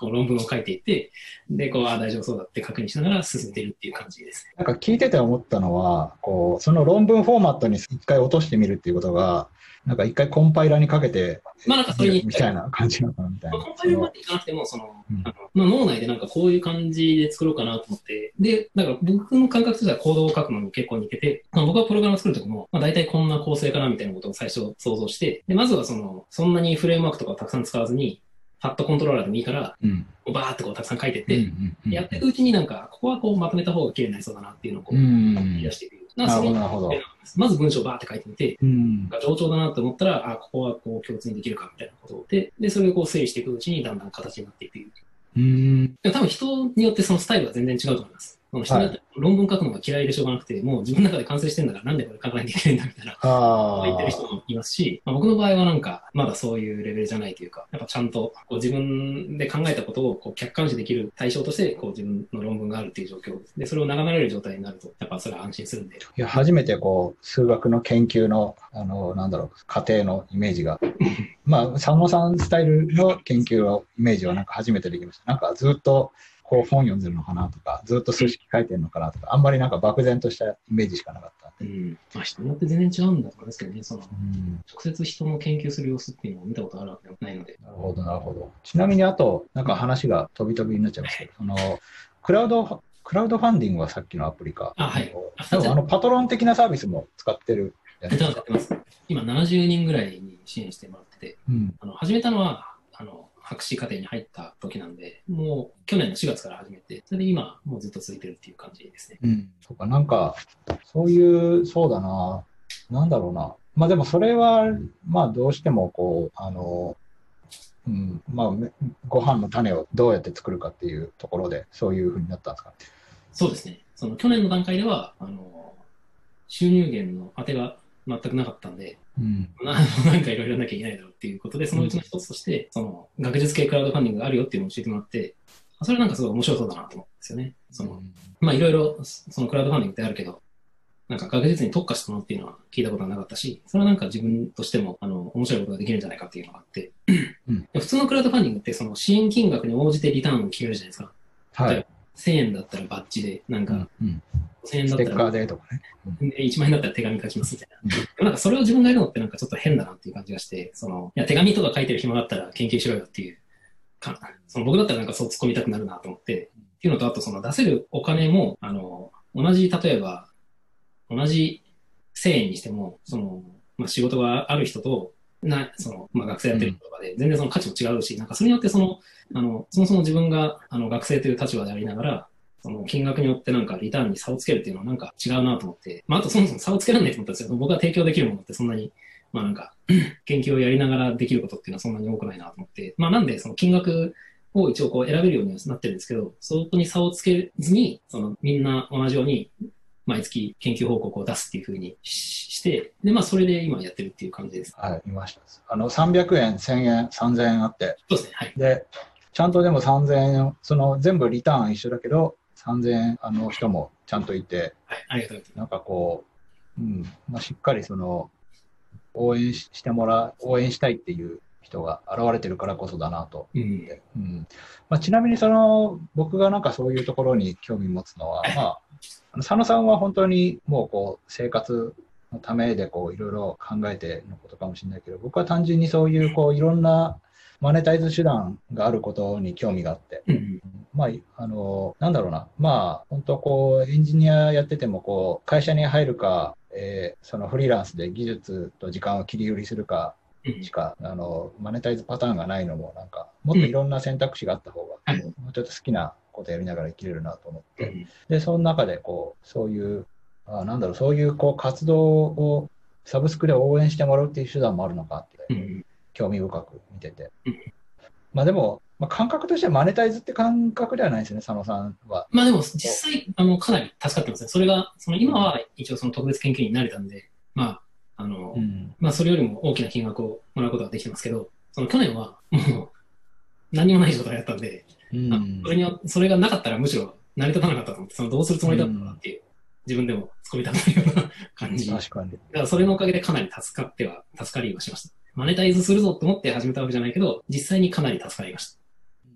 こう論文を書いていって、で、こう、あ、大丈夫そうだって確認しながら進めてるっていう感じですね。 なんか聞いてて思ったのは、こう、その論文フォーマットに一回落としてみるっていうことが、なんか一回コンパイラーにかけて、 まあなんかそれにみたいな感じなのかなみたいな。 まあ、コンパイラーまでいかなくても、その、 うん、 あのまあ、脳内でなんかこういう感じで作ろうかなと思って、で、だから僕の感覚としてはコードを書くのに結構似てて、まあ、僕はプログラム作るときも、まあ、大体こんな構成かなみたいなことを最初想像して、で、まずはその、そんなにフレームワークとかをたくさん使わずに、パッドコントローラーでもいいから、 うん、 バーってこうたくさん書いてって、 うんうんうん、 やっていくうちになんか、ここはこうまとめた方が綺麗になりそうだなっていうのをこう、 引出していく。 なるほど、なるほど。 まず文章をバーって書いてみて、 うん、 上調だなと思ったら、あ、ここはこう共通にできるかみたいなことで、で、それをこう整理していくうちにだんだん形になっていく。 うん、 多分人によってそのスタイルは全然違うと思います。人によって論文書くのが嫌いでしょうがなくて、もう自分の中で完成してんだからなんでこれ書かないといけないんだみたいな言ってる人もいますし、まあ、僕の場合はなんかまだそういうレベルじゃないというか、やっぱちゃんとこう自分で考えたことをこう客観視できる対象としてこう自分の論文があるっていう状況で、それを眺められる状態になると、やっぱそれは安心するんで。 いや、初めてこう、数学の研究の、あの、なんだろう、過程のイメージが、まあ、佐野さんスタイルの研究のイメージはなんか初めてできました。なんかずっと、こう本読んでるのかなとか、ずっと数式書いてるのかなとか、あんまりなんか漠然としたイメージしかなかった。 うん。まあ人によって全然違うんだと思いますけどね、その、うん、直接人の研究する様子っていうのを見たことあるわけではないので。 なるほど、なるほど。ちなみにあと、なんか話が飛び飛びになっちゃいますけど、その、クラウド、クラウドファンディングはさっきのアプリか。 あ、はい。 あの、パトロン的なサービスも使ってるやつですか？ 今ななじゅうにんぐらいに支援してもらってて、 うん、 あの始めたのは、あの、博士課程に入った時なんで、もう去年のしがつから始めて、それで今、もうずっと続いてるっていう感じですね。 うん。そうか、なんか、そういう、そうだな、なんだろうな。まあでもそれは、まあどうしてもこう、あの、うん、まあ、ご飯の種をどうやって作るかっていうところで、そういうふうになったんですか？ そうですね。その去年の段階では、あの、収入源の当てが全くなかったんで、うん、ななんかいろいろなきゃいけないだろうっていうことで、そのうちの一つとして、その学術系クラウドファンディングがあるよっていうのを教えてもらって、それはなんかすごい面白そうだなと思うんですよね。その、まあいろいろそのクラウドファンディングってあるけど、なんか学術に特化したものっていうのは聞いたことがなかったし、それはなんか自分としてもあの面白いことができるんじゃないかっていうのがあって、うん、普通のクラウドファンディングってその支援金額に応じてリターンを決めるじゃないですか。はい。せんえんだったらバッジで、なんか、うんうん、せんえんだったら、ステッカーでとかね。いちまん円だったら手紙書きますみたいな。うん、なんかそれを自分がやるのってなんかちょっと変だなっていう感じがして、その、いや手紙とか書いてる暇があったら研究しろよっていうか、その僕だったらなんかそう突っ込みたくなるなと思って、っていうのと、あとその出せるお金も、あの、同じ、例えば、同じせんえんにしても、その、まあ、仕事がある人と、な、その、まあ、学生やってる人とかで、全然その価値も違うし、なんかそれによってその、あの、そもそも自分が、あの、学生という立場でありながら、その、金額によってなんかリターンに差をつけるっていうのはなんか違うなと思って、まあ、あとそもそも差をつけられないと思ったんですよ。僕が提供できるものってそんなに、まあなんか、研究をやりながらできることっていうのはそんなに多くないなと思って、まあなんでその金額を一応こう選べるようにはなってるんですけど、そこに差をつけずに、その、みんな同じように、毎月研究報告を出すっていうふうにして、で、まあ、それで今やってるっていう感じです。 はい、見ました。あの、さんびゃくえん、せんえん、さんぜんえんあって。 そうですね、はい。 で、ちゃんとでもさんぜんえん、その全部リターン一緒だけど、さんぜんえんあの人もちゃんといて、 はい、ありがとうございます。なんかこう、うん、まあ、しっかりその、応援してもらう、応援したいっていう人が現れてるからこそだなと思って。うんうんまあ、ちなみにその、僕がなんかそういうところに興味持つのは、まあ、佐野さんは本当にもうこう生活のためでこういろいろ考えてのことかもしれないけど、僕は単純にそういうこういろんなマネタイズ手段があることに興味があって、うん、まああのなんだろうな、まあ本当こうエンジニアやっててもこう会社に入るか、えー、そのフリーランスで技術と時間を切り売りするかしか、うん、あのマネタイズパターンがないのもなんかもっといろんな選択肢があった方が、うん、もうちょっと好きなことやりながら生きれるなと思って、うん、でその中でこうそういうあなんだろうそういうこう活動をサブスクで応援してもらうっていう手段もあるのかって、うん、興味深く見てて、うん、まあでも、まあ、感覚としてはマネタイズって感覚ではないですね、佐野さんは。 まあでも実際あのかなり助かってますね。それがその今は一応その特別研究員になれたんで、まああの、うん、まあそれよりも大きな金額をもらうことができてますけど、その去年はもう何もない状態だったんで。うん、それにそれがなかったらむしろ成り立たなかったと思って、そのどうするつもりだったのかっていう、うん、自分でも突っ込みたくなるような感じ。 確かに。 だからそれのおかげでかなり助かっては、助かりはしました。マネタイズするぞと思って始めたわけじゃないけど、実際にかなり助かりました。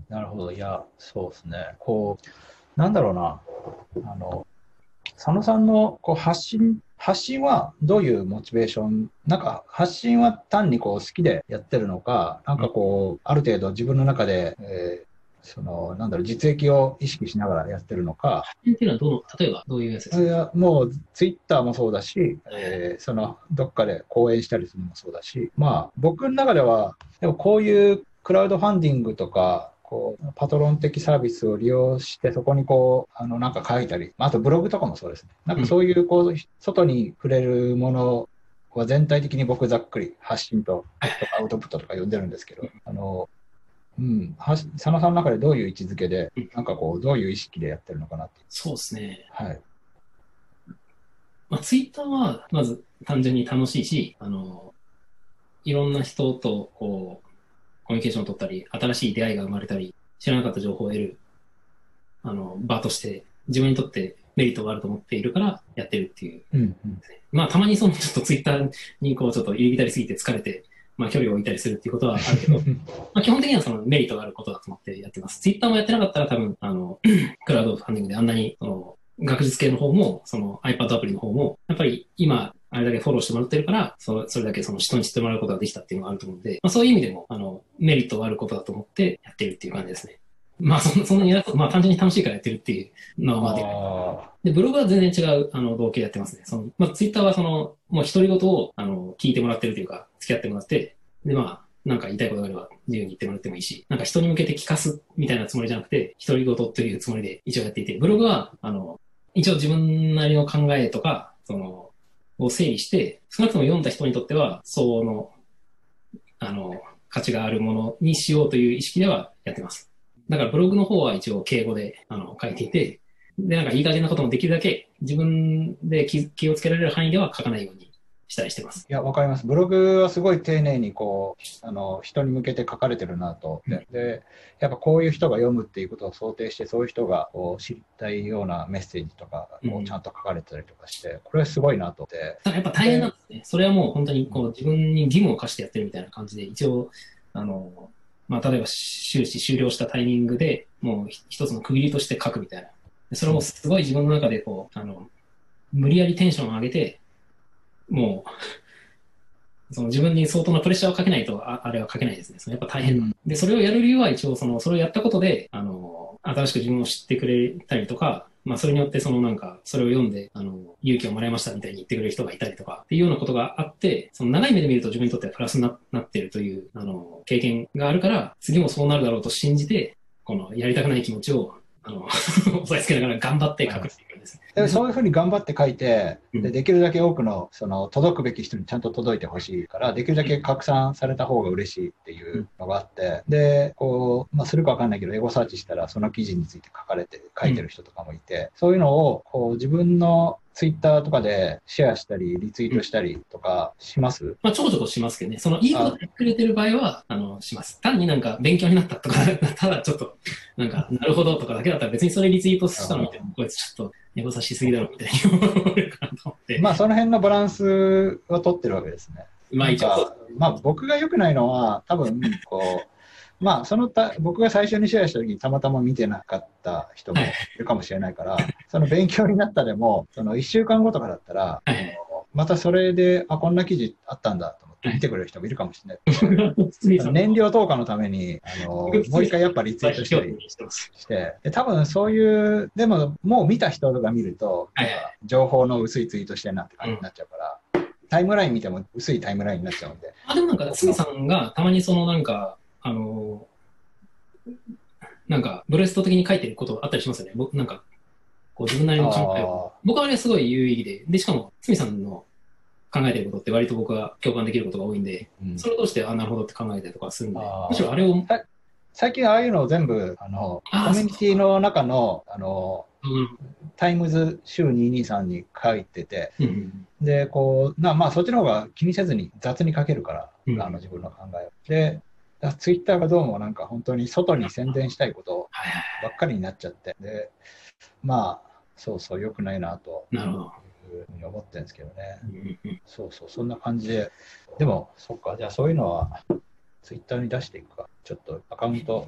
なるほど。いや、そうですね。こう、なんだろうな。あの、佐野さんのこう発信、発信はどういうモチベーション、なんか発信は単にこう好きでやってるのか、なんかこう、ある程度自分の中で、えーその、なんだろう、実益を意識しながらやってるのか、 っていうのはどの、例えばどういうやつですか？ いやもうツイッターもそうだし、えーそのどっかで講演したりするのもそうだし、まあ僕の中では、でもこういうクラウドファンディングとか、こうパトロン的サービスを利用して、そこにこう、あのなんか書いたり、あとブログとかもそうですね。なんかそういうこう、外に触れるものは全体的に僕ざっくり発信とアウトプットとか呼んでるんですけど、あの、うん、は佐野さんの中でどういう位置づけで、なんかこう、どういう意識でやってるのかなって。 そうですね。 はい。 まあ、ツイッターは、まず単純に楽しいし、あの、いろんな人と、こう、コミュニケーションを取ったり、新しい出会いが生まれたり、知らなかった情報を得る、あの、場として、自分にとってメリットがあると思っているからやってるっていう。 うんうん、 まあ、たまにその、ちょっとツイッターにこう、ちょっと入り浸りすぎて疲れて、まあ、距離を置いたりするっていうことはあるけど、まあ、基本的にはそのメリットがあることだと思ってやってます。ツイッターもやってなかったら多分、あの、クラウドファンディングであんなに、その、学術系の方も、その iPad アプリの方も、やっぱり今、あれだけフォローしてもらってるから、そそれだけその人に知ってもらうことができたっていうのがあると思うんで、まあ、そういう意味でも、あの、メリットがあることだと思ってやってるっていう感じですね。まあ、そんな、そんなにやると、まあ、単純に楽しいからやってるっていうのは、まあで、で、ブログは全然違う、あの、動機でやってますね。その、まあ、ツイッターはその、もう独り言を、あの、聞いてもらってるというか、付き合ってもらって、で、まあ、なんか言いたいことがあれば自由に言ってもらってもいいし、なんか人に向けて聞かすみたいなつもりじゃなくて、独り言というつもりで一応やっていて、ブログは、あの、一応自分なりの考えとか、その、を整理して、少なくとも読んだ人にとっては、その、あの、価値があるものにしようという意識ではやってます。だからブログの方は一応敬語で、あの、書いていて、で、なんかいい加減なこともできるだけ自分で気気をつけられる範囲では書かないようにしたりしてます。 いや、わかります。ブログはすごい丁寧にこう、あの、人に向けて書かれてるなと。 うん、 で、やっぱこういう人が読むっていうことを想定して、そういう人がこう知りたいようなメッセージとかをちゃんと書かれてたりとかして、これはすごいなと思って。 ただやっぱ大変なんですね。それはもう本当にこう自分に義務を課してやってるみたいな感じで、一応、あの、まあ、例えば修士終了したタイミングでもう一つの区切りとして書くみたいな。それもすごい自分の中でこう、あの、無理やりテンションを上げて、もう、その自分に相当なプレッシャーをかけないと、ああれは書けないですね。そのやっぱ大変、うん、で、それをやる理由は一応、その、それをやったことで、あの、新しく自分を知ってくれたりとか、まあ、それによって、そのなんか、それを読んで、あの、勇気をもらいましたみたいに言ってくれる人がいたりとか、っていうようなことがあって、その長い目で見ると自分にとってはプラスに な, なっているという、あの、経験があるから、次もそうなるだろうと信じて、この、やりたくない気持ちを、あの、押さえつけながら頑張って書くっていうですね。 でそういうふうに頑張って書いて、でできるだけ多くのその届くべき人にちゃんと届いてほしいから、できるだけ拡散された方が嬉しいっていうのがあって、で、こう、まあ、するかわかんないけど、エゴサーチしたらその記事について書かれて、書いてる人とかもいて、そういうのをこう自分のツイッターとかでシェアしたり、リツイートしたりとかします？ まあ、ちょこちょこしますけどね。その、いいこと言ってくれてる場合は、あの、します。単になんか勉強になったとか、ただちょっと、なんか、なるほどとかだけだったら別にそれリツイートしたの見ても、こいつちょっと、エゴサしすぎだろみたいに思るかなと思って。 まあ、その辺のバランスを取ってるわけですね。 まあ、一応。 まあ、僕が良くないのは、多分、こう、まあ、そのた、僕が最初にシェアした時にたまたま見てなかった人もいるかもしれないから、はい、その勉強になったでも、そのいっしゅうかんごとかだったら、はい、またそれで、あ、こんな記事あったんだと思って見てくれる人もいるかもしれない。燃料投下のために、あの、もう一回やっぱリツイートしたりして、で多分そういう、でももう見た人が見ると、はい、情報の薄いツイートしてるなって感じになっちゃうから、うん、タイムライン見ても薄いタイムラインになっちゃうんで。 あ、でもなんか、つみさんがたまにそのなんか、あの、なんか、ブレスト的に書いてることあったりしますよね。僕、なんか、こう自分なりの考えを。僕はあれすごい有意義で、で、しかも、つみさんの考えてることって割と僕は共感できることが多いんで、うん、それを通して、あ、なるほどって考えたりとかするんで、むしろあれを。 最近ああいうのを全部、あの、コミュニティの中の、あの、うん、タイムズ週にひゃくにじゅうさんに書いてて、うん、で、こう、なまあそっちの方が気にせずに雑に書けるから、うん、あの自分の考えを。で、ツイッターがどうもなんか本当に外に宣伝したいことばっかりになっちゃって、で、まあ、そうそう、良くないなと。 なるほど。 いうふうに思ってるんですけどね。うん、そうそう、そんな感じで。でも、そっか、じゃあそういうのはツイッターに出していくか。ちょっとアカウント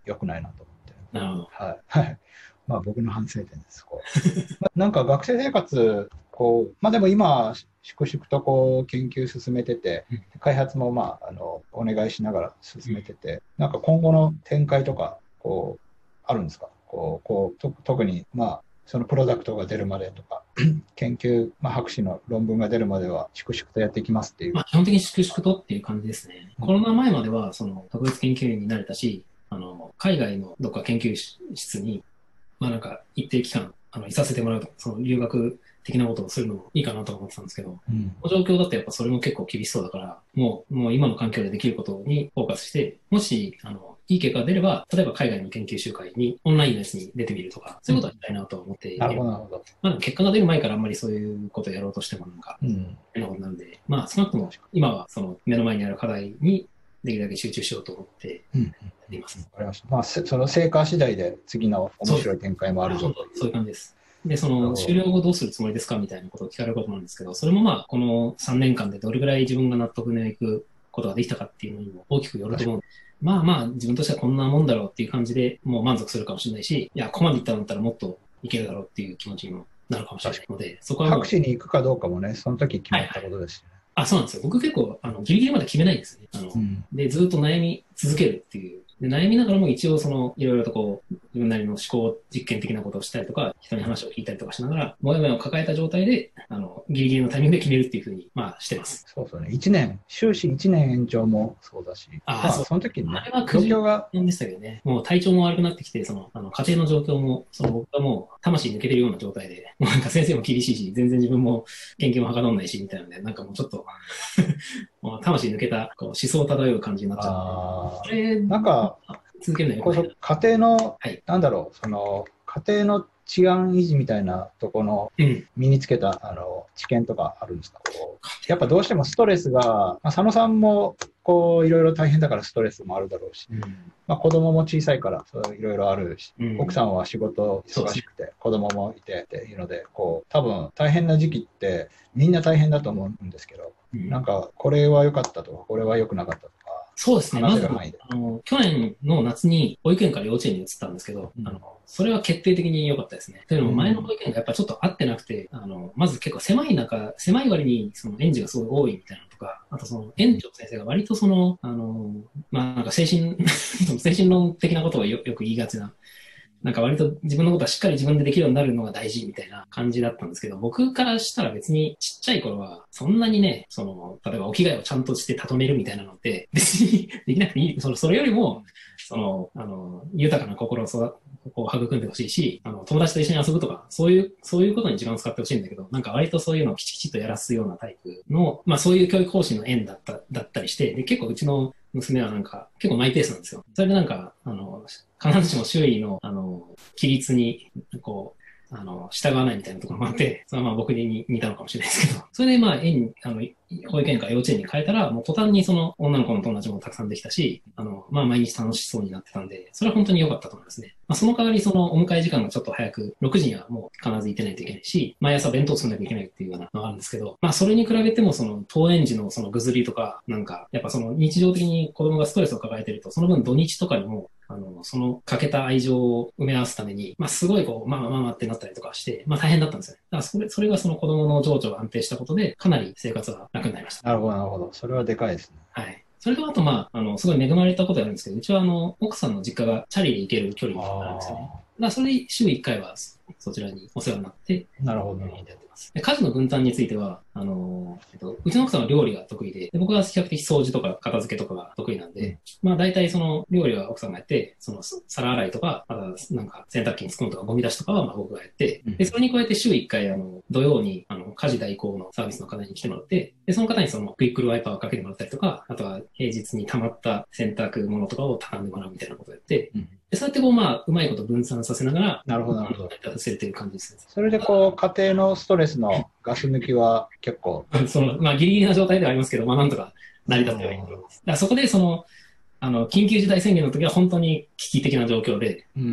良くないなと思って。 なるほど。 はい。はい。まあ僕の反省点です、こう。なんか学生生活、こう、まあでも今、粛々とこう研究進めてて、開発もまあ、あの、お願いしながら進めてて、なんか今後の展開とか、こう、あるんですか？こう、こう、と特に、まあ、そのプロダクトが出るまでとか、研究、まあ、博士の論文が出るまでは、粛々とやっていきますっていう。 まあ、基本的に粛々とっていう感じですね。コロナ前までは、その、特別研究員になれたし、あの、海外のどっか研究室に、まあなんか、一定期間、あの、いさせてもらうと、その、留学的なことをするのもいいかなと思ってたんですけど、 うん、 この状況だとやっぱそれも結構厳しそうだから、もう、もう今の環境でできることにフォーカスして、もし、あの、いい結果が出れば、例えば海外の研究集会に、オンラインのやつに出てみるとか、そういうことはしたいなと思っている。 なるほど、なるほど。 まあでも結果が出る前からあんまりそういうことをやろうとしてもなんか、変なことなんで、まあ少なくとも今はその目の前にある課題にできるだけ集中しようと思ってやっています。 わかりました。まあ、その成果次第で次の面白い展開もあるぞという。 そういう感じです。で、その、終了後どうするつもりですかみたいなことを聞かれることなんですけど、それもまあ、このさんねんかんでどれぐらい自分が納得のいくことができたかっていうのにも大きくよると思う。まあまあ、自分としてはこんなもんだろうっていう感じでもう満足するかもしれないし、いや、ここまでいったんだったらもっといけるだろうっていう気持ちにもなるかもしれないので、そこはもう。 博士に行くかどうかもね、その時決まったことですよね。 はいはい、あ、そうなんですよ。僕結構、あの、ギリギリまで決めないんですね。あの、うん、で、ずっと悩み続けるっていう。で悩みながらも一応その、いろいろとこう、自分なりの思考実験的なことをしたりとか、人に話を聞いたりとかしながら、もやもやを抱えた状態で、あの、ギリギリのタイミングで決めるっていうふうに、まあ、してます。 そうそうね。一年、修士一年延長もそうだし。 あ、 まあ、 そう。 その時にね、 あれは苦渋のでしたけどね。もう体調も悪くなってきて、その、あの、家庭の状況も、その僕がもう、魂抜けてるような状態で、もうなんか先生も厳しいし、全然自分も研究もはかどんないし、みたいなので、なんかもうちょっと、もう魂抜けた、こう、思想漂う感じになっちゃう。それ、 なんか、 続けるのよく家庭の、はい、なんだろう、その、家庭の治安維持みたいなところの身につけた、うん、あの知見とかあるんですか？こうやっぱどうしてもストレスが、まあ、佐野さんもこういろいろ大変だからストレスもあるだろうし、うん、まあ、子供も小さいからいろいろあるし、うん、奥さんは仕事忙しくて子供もいてっていうので、こう多分大変な時期ってみんな大変だと思うんですけど、うん、なんかこれは良かったとかこれは良くなかったとか。 そうですね。まず、あの、去年の夏に保育園から幼稚園に移ったんですけど、うん、あの、それは決定的に良かったですね。というのも前の保育園がやっぱちょっと合ってなくて、あの、まず結構狭い中、狭い割にその園児がすごい多いみたいなのとか、あとその園長先生が割とその、あの、まあなんか精神、精神論的なことをよく言いがちな、なんか割と自分のことはしっかり自分でできるようになるのが大事みたいな感じだったんですけど、僕からしたら別にちっちゃい頃はそんなにね、その、例えばお着替えをちゃんとしてたとめるみたいなのって別にできなくていい。その、それよりも、その、あの、豊かな心を育こう育んでほしいし、あの、友達と一緒に遊ぶとか、そういう、そういうことに時間を使ってほしいんだけど、なんか割とそういうのをきちきちっとやらすようなタイプの、まあそういう教育方針の園だった、だったりして、で、結構うちの娘はなんか結構マイペースなんですよ。それでなんか、あの、必ずしも周囲の、あの、規律に、こう、あの、従わないみたいなところもあって、それはまあ僕に似たのかもしれないですけど、それでまあ園、あの、保育園から幼稚園に変えたら、もう途端にその女の子の友達もたくさんできたし、あの、まあ毎日楽しそうになってたんで、それは本当に良かったと思いますね。まあその代わりそのお迎え時間がちょっと早く、ろくじにはもう必ず行ってないといけないし、毎朝弁当作んなきゃいけないっていうようなのがあるんですけど、まあそれに比べてもその登園時のそのぐずりとか、なんか、やっぱその日常的に子供がストレスを抱えてると、その分土日とかにも、あの、そのかけた愛情を埋め合わすために、まあすごいこう、まあまあまあってなったりとかして、まあ大変だったんですよね。だからそれ、それがその子供の情緒が安定したことで、かなり生活が楽になりました。 なるほど、なるほど。それはでかいですね。 はい。それとあとまあ、あの、すごい恵まれたことあるんですけど、うちはあの、奥さんの実家がチャリで行ける距離にあるんですよね。だからそれで週いっかいはそちらにお世話になって、 なるほど。 やってます。で家事の分担については、あの、えっと、うちの奥さんは料理が得意で、で僕は比較的掃除とか片付けとかが得意なんで、うん、まあ大体その料理は奥さんがやって、その皿洗いとか、あとはなんか洗濯機に突っ込むとかゴミ出しとかはまあ僕がやって、で、それに加えて週いっかいあの、土曜にあの、家事代行のサービスの方に来てもらって、で、その方にそのクイックルワイパーをかけてもらったりとか、あとは平日に溜まった洗濯物とかを畳んでもらうみたいなことをやって、うん、でそうやってこうまあ、うまいこと分散させながら、 なるほど、なるほど。 忘れてる感じですね。 それでこう、家庭のストレスのガス抜きは結構。 その、まあ、ギリギリな状態ではありますけど、まあ、なんとか成り立ってはいると思います。だからそこで、その、あの、緊急事態宣言の時は本当に危機的な状況で、うん、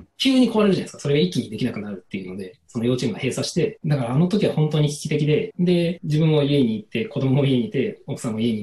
急に壊れるじゃないですか。それが一気にできなくなるっていうので、その幼稚園が閉鎖して、だからあの時は本当に危機的で、で、自分も家に行って、子供も家にいて、奥さんも家にいて、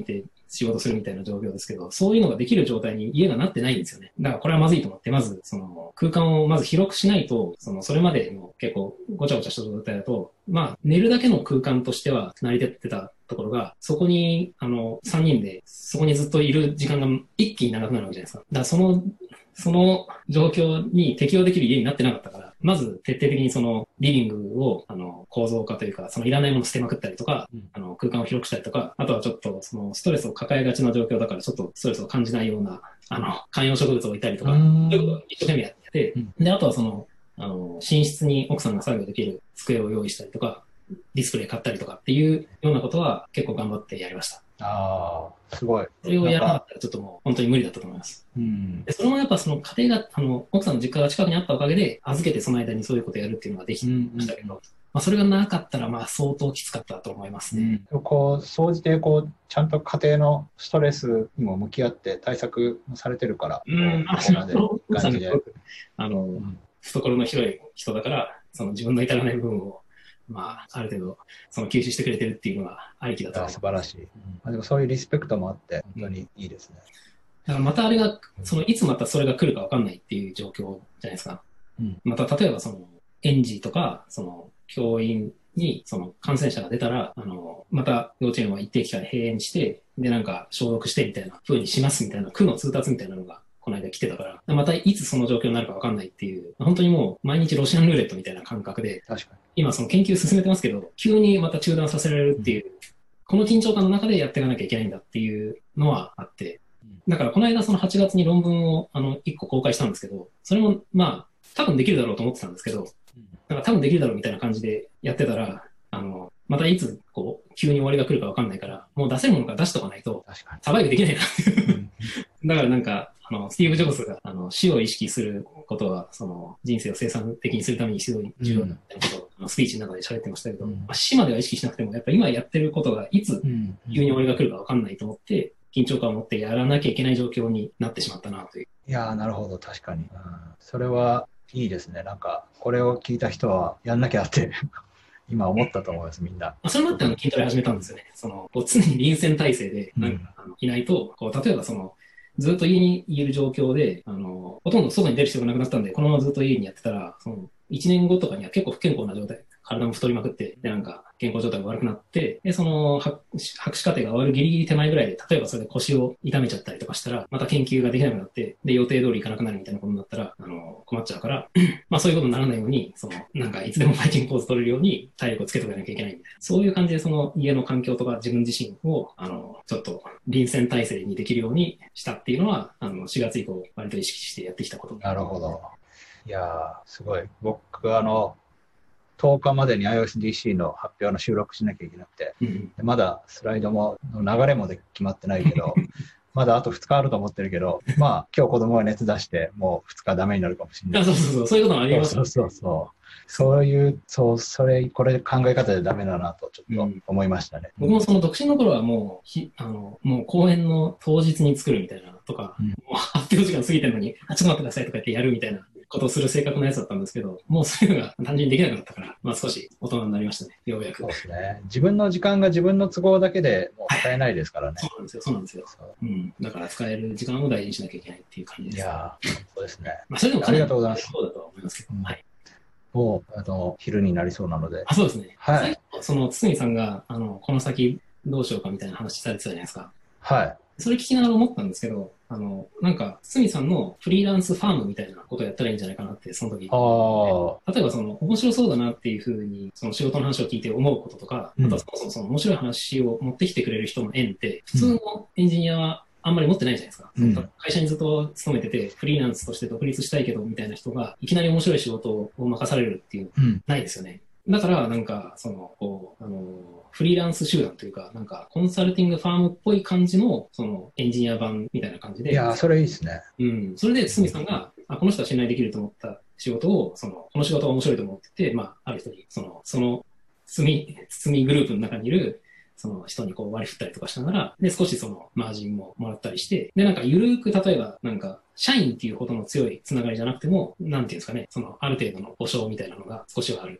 仕事するみたいな状況ですけど、そういうのができる状態に家がなってないんですよね。だからこれはまずいと思って、まず、その空間をまず広くしないと、その、それまでの結構ごちゃごちゃした状態だと、まあ、寝るだけの空間としては成り立ってたところが、そこに、あの、さんにんで、そこにずっといる時間が一気に長くなるわけじゃないですか。だからその、その状況に適応できる家になってなかったから、まず徹底的にそのリビングをあの構造化というか、そのいらないもの捨てまくったりとか、うん、あの空間を広くしたりとか、あとはちょっとそのストレスを抱えがちな状況だから、ちょっとストレスを感じないような、あの、観葉植物を置いたりとか、そういうことを一生懸命やってて、うん、で、あとはその、あの、寝室に奥さんが作業できる机を用意したりとか、ディスプレイ買ったりとかっていうようなことは結構頑張ってやりました。 ああ、すごい。 それをやらなかったらちょっともう本当に無理だったと思います。うん、でそれもやっぱその家庭が、あの、奥さんの実家が近くにあったおかげで、預けてその間にそういうことをやるっていうのができましたけど、うんうん、まあ、それがなかったらまあ相当きつかったと思いますね。 うん、こう、総じてこう、ちゃんと家庭のストレスにも向き合って対策もされてるから、 うん、ここまで感じで。あの、うん、懐の広い人だから、その自分の至らない部分をまあ、ある程度、その吸収してくれてるっていうのはありきだと思う。 素晴らしい。うん、まあ、でもそういうリスペクトもあって、本当にいいですね。 だからまたあれが、そのいつまたそれが来るか分かんないっていう状況じゃないですか。うん、また例えばその、園児とか、その、教員にその感染者が出たら、あの、また幼稚園は一定期間閉園して、で、なんか消毒してみたいな風にしますみたいな、区の通達みたいなのが、この間来てたから、またいつその状況になるか分かんないっていう、本当にもう毎日ロシアンルーレットみたいな感覚で、 確かに今その研究進めてますけど、急にまた中断させられるっていう、うん、この緊張感の中でやっていかなきゃいけないんだっていうのはあって、だからこの間そのはちがつに論文をあのいっこ公開したんですけど、それもまあ多分できるだろうと思ってたんですけど、なんか多分できるだろうみたいな感じでやってたら、あの、またいつこう急に終わりが来るか分かんないから、もう出せるものから出しとかないと、サバイブできないなっていう。だからなんか、あの、スティーブ・ジョブズが、あの、死を意識することは、その、人生を生産的にするためにすごい重要だみたいなことを、あのスピーチの中で喋ってましたけど、うん、まあ、死までは意識しなくても、やっぱ今やってることがいつ急に終わりが来るか分かんないと思って、緊張感を持ってやらなきゃいけない状況になってしまったなという。 いやー、なるほど、確かに。うん、それはいいですね。なんか、これを聞いた人はやんなきゃって。今思ったと思います、みんな。まあ、それもあってあの筋トレ始めたんですよね。その、こう常に臨戦態勢で、なんか、あのいないと、こう、例えばその、ずっと家にいる状況で、あの、ほとんど外に出る必要がなくなったんで、このままずっと家にやってたら、その、いちねんごとかには結構不健康な状態、体も太りまくって、で、なんか、健康状態が悪くなって、で、その、博士課程が終わるギリギリ手前ぐらいで、例えばそれで腰を痛めちゃったりとかしたら、また研究ができなくなって、で、予定通りいかなくなるみたいなことになったら、あの、困っちゃうから、まあそういうことにならないように、その、なんか、いつでもファイティングポーズ取れるように体力をつけておかなきゃいけないみたいな。そういう感じで、その、家の環境とか自分自身を、あの、ちょっと、臨戦態勢にできるようにしたっていうのは、あの、しがつ以降、割と意識してやってきたこと。 なるほど。いやー、すごい。僕、あの、とおかまでに iOSDC の発表の収録しなきゃいけなくて、うん、まだスライドも流れもで決まってないけど、まだあとふつかあると思ってるけど、まあ今日子供が熱出してもうふつかダメになるかもしれない。 あ、そうそうそう、そういうこともあります、 ね。そうそうそう。そういう、そう、それ、これ考え方でダメだなとちょっと思いましたね。 うん、僕もその独身の頃はもう、ひあの、もう公演の当日に作るみたいなとか、うん、もう発表時間過ぎてるのに、あ、ちょっと待ってくださいとか言ってやるみたいなことをする性格のやつだったんですけど、もうそういうのが単純にできなくなったから、まあ少し大人になりましたね、ようやく。 そうですね。自分の時間が自分の都合だけでもう使えないですからね。 はい、そうなんですよ、そうなんですよ。うん。だから使える時間を大事にしなきゃいけないっていう感じです。 いやー、そうですね。 まあそれでもありがとうございます。 そうだとは思いますけど、うん、はい。 もう、あの、昼になりそうなので。 あ、そうですね。 はい。 その、堤さんが、あの、この先どうしようかみたいな話されてたじゃないですか。 はい。 それ聞きながら思ったんですけど、あの、なんか、堤さんのフリーランスファームみたいなことをやったらいいんじゃないかなって、その時。あ例えば、その、面白そうだなっていうふうに、その仕事の話を聞いて思うこととか、うん、あとはそもそもその面白い話を持ってきてくれる人の縁って、普通のエンジニアはあんまり持ってないじゃないですか。うん、会社にずっと勤めてて、フリーランスとして独立したいけど、みたいな人が、いきなり面白い仕事を任されるっていう、ないですよね。だから、なんか、その、こう、あの、フリーランス集団というか、なんか、コンサルティングファームっぽい感じの、その、エンジニア版みたいな感じで。 いやー、それいいですね。 うん。それで、堤さんが、あ、この人は信頼できると思った仕事を、その、この仕事は面白いと思ってて、まあ、ある人に、その、その、堤、堤グループの中にいる、その人にこう割り振ったりとかしながら、で、少しそのマージンももらったりして、で、なんかゆるーく、例えば、なんか、社員っていうほどの強いつながりじゃなくても、なんていうんですかね、その、ある程度の保証みたいなのが少しはあるとか、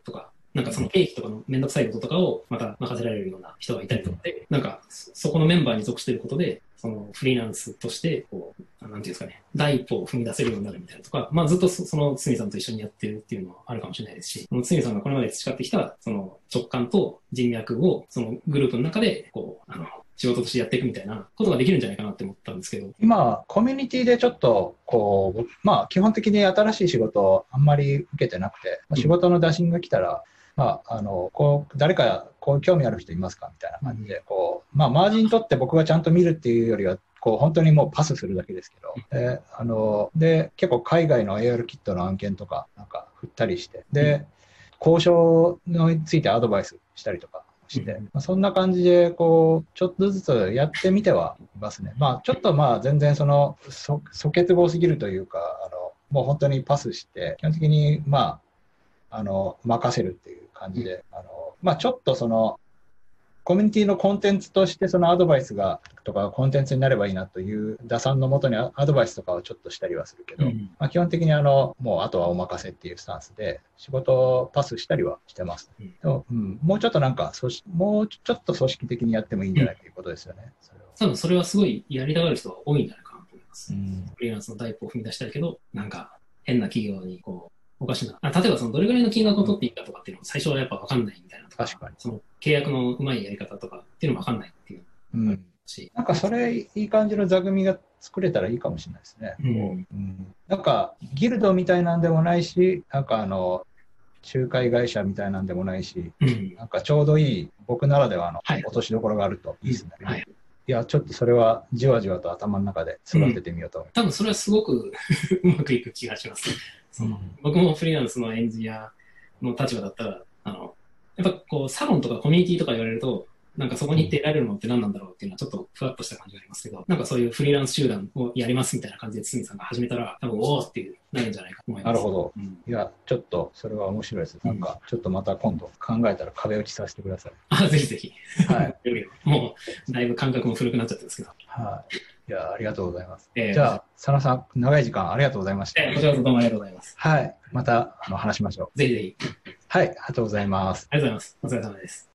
なんかその経費とかのめんどくさいこととかをまた任せられるような人がいたりとかで、なんかそこのメンバーに属していることで、そのフリーランスとして、こう、なんていうんですかね、第一歩を踏み出せるようになるみたいなとか、まあずっとそのつみさんと一緒にやってるっていうのはあるかもしれないですし、そのつみさんがこれまで培ってきた、その直感と人脈を、そのグループの中で、こう、あの、仕事としてやっていくみたいなことができるんじゃないかなって思ったんですけど。 今、コミュニティでちょっと、こう、まあ、基本的に新しい仕事をあんまり受けてなくて、仕事の打診が来たら、まあ、あの、こう、誰か、こう、興味ある人いますかみたいな感じで、こう、まあ、マージン取って僕がちゃんと見るっていうよりは、こう、本当にもうパスするだけですけど、で、あの、で、結構海外の エーアール キットの案件とか、なんか、振ったりして、で、交渉についてアドバイスしたりとかして、まあ、そんな感じで、こう、ちょっとずつやってみてはいますね。まあ、ちょっとまあ、全然その、そ、素欠乏すぎるというか、あの、もう本当にパスして、基本的に、まあ、あの、任せるっていう感じで、あの、まあ、ちょっとその、コミュニティのコンテンツとしてそのアドバイスがとかコンテンツになればいいなという打算のもとにアドバイスとかをちょっとしたりはするけど、うん、まあ、基本的にあのもうあとはお任せっていうスタンスで仕事をパスしたりはしてます、うん、でも、うん、もうちょっとなんかもうちょっと組織的にやってもいいんじゃないということですよね、うん、それは多分それはすごいやりたがる人が多いんじゃないかなと思います、うん、フリーランスの第一歩を踏み出したいけどなんか変な企業にこうおかしいな。あ、例えばそのどれぐらいの金額を取っていいかとかっていうのも最初はやっぱ分かんないみたいなとか、 確かにその契約のうまいやり方とかっていうのも分かんないっていう、 うん、し、なんかそれいい感じの座組が作れたらいいかもしれないですね。うんうん、なんかギルドみたいなんでもないし、なんかあの仲介会社みたいなんでもないし、うん、なんかちょうどいい僕ならではの落としどころがあるといいですね。はいはい、いや、ちょっとそれはじわじわと頭の中で育ててみようと思います。 うん、多分それはすごくうまくいく気がします。そのうん、僕もフリーランスのエンジニアの立場だったら、あの、やっぱこうサロンとかコミュニティとか言われると、なんかそこに行って得られるのって何なんだろうっていうのはちょっとふわっとした感じがありますけど、なんかそういうフリーランス集団をやりますみたいな感じで堤さんが始めたら、多分おーっていうなるんじゃないかと思います。 なるほど。うん、いや、ちょっとそれは面白いです。なんかちょっとまた今度考えたら壁打ちさせてください。 あ、ぜひぜひ。 はい。 もうだいぶ感覚も古くなっちゃってますけど。 はい。いや、ありがとうございます。えー、じゃあ、佐野さん、長い時間ありがとうございました。 えー、こちらこそどうもありがとうございます。 はい。またあの話しましょう。ぜひぜひ。 はい、ありがとうございます。 ありがとうございます。お疲れ様です。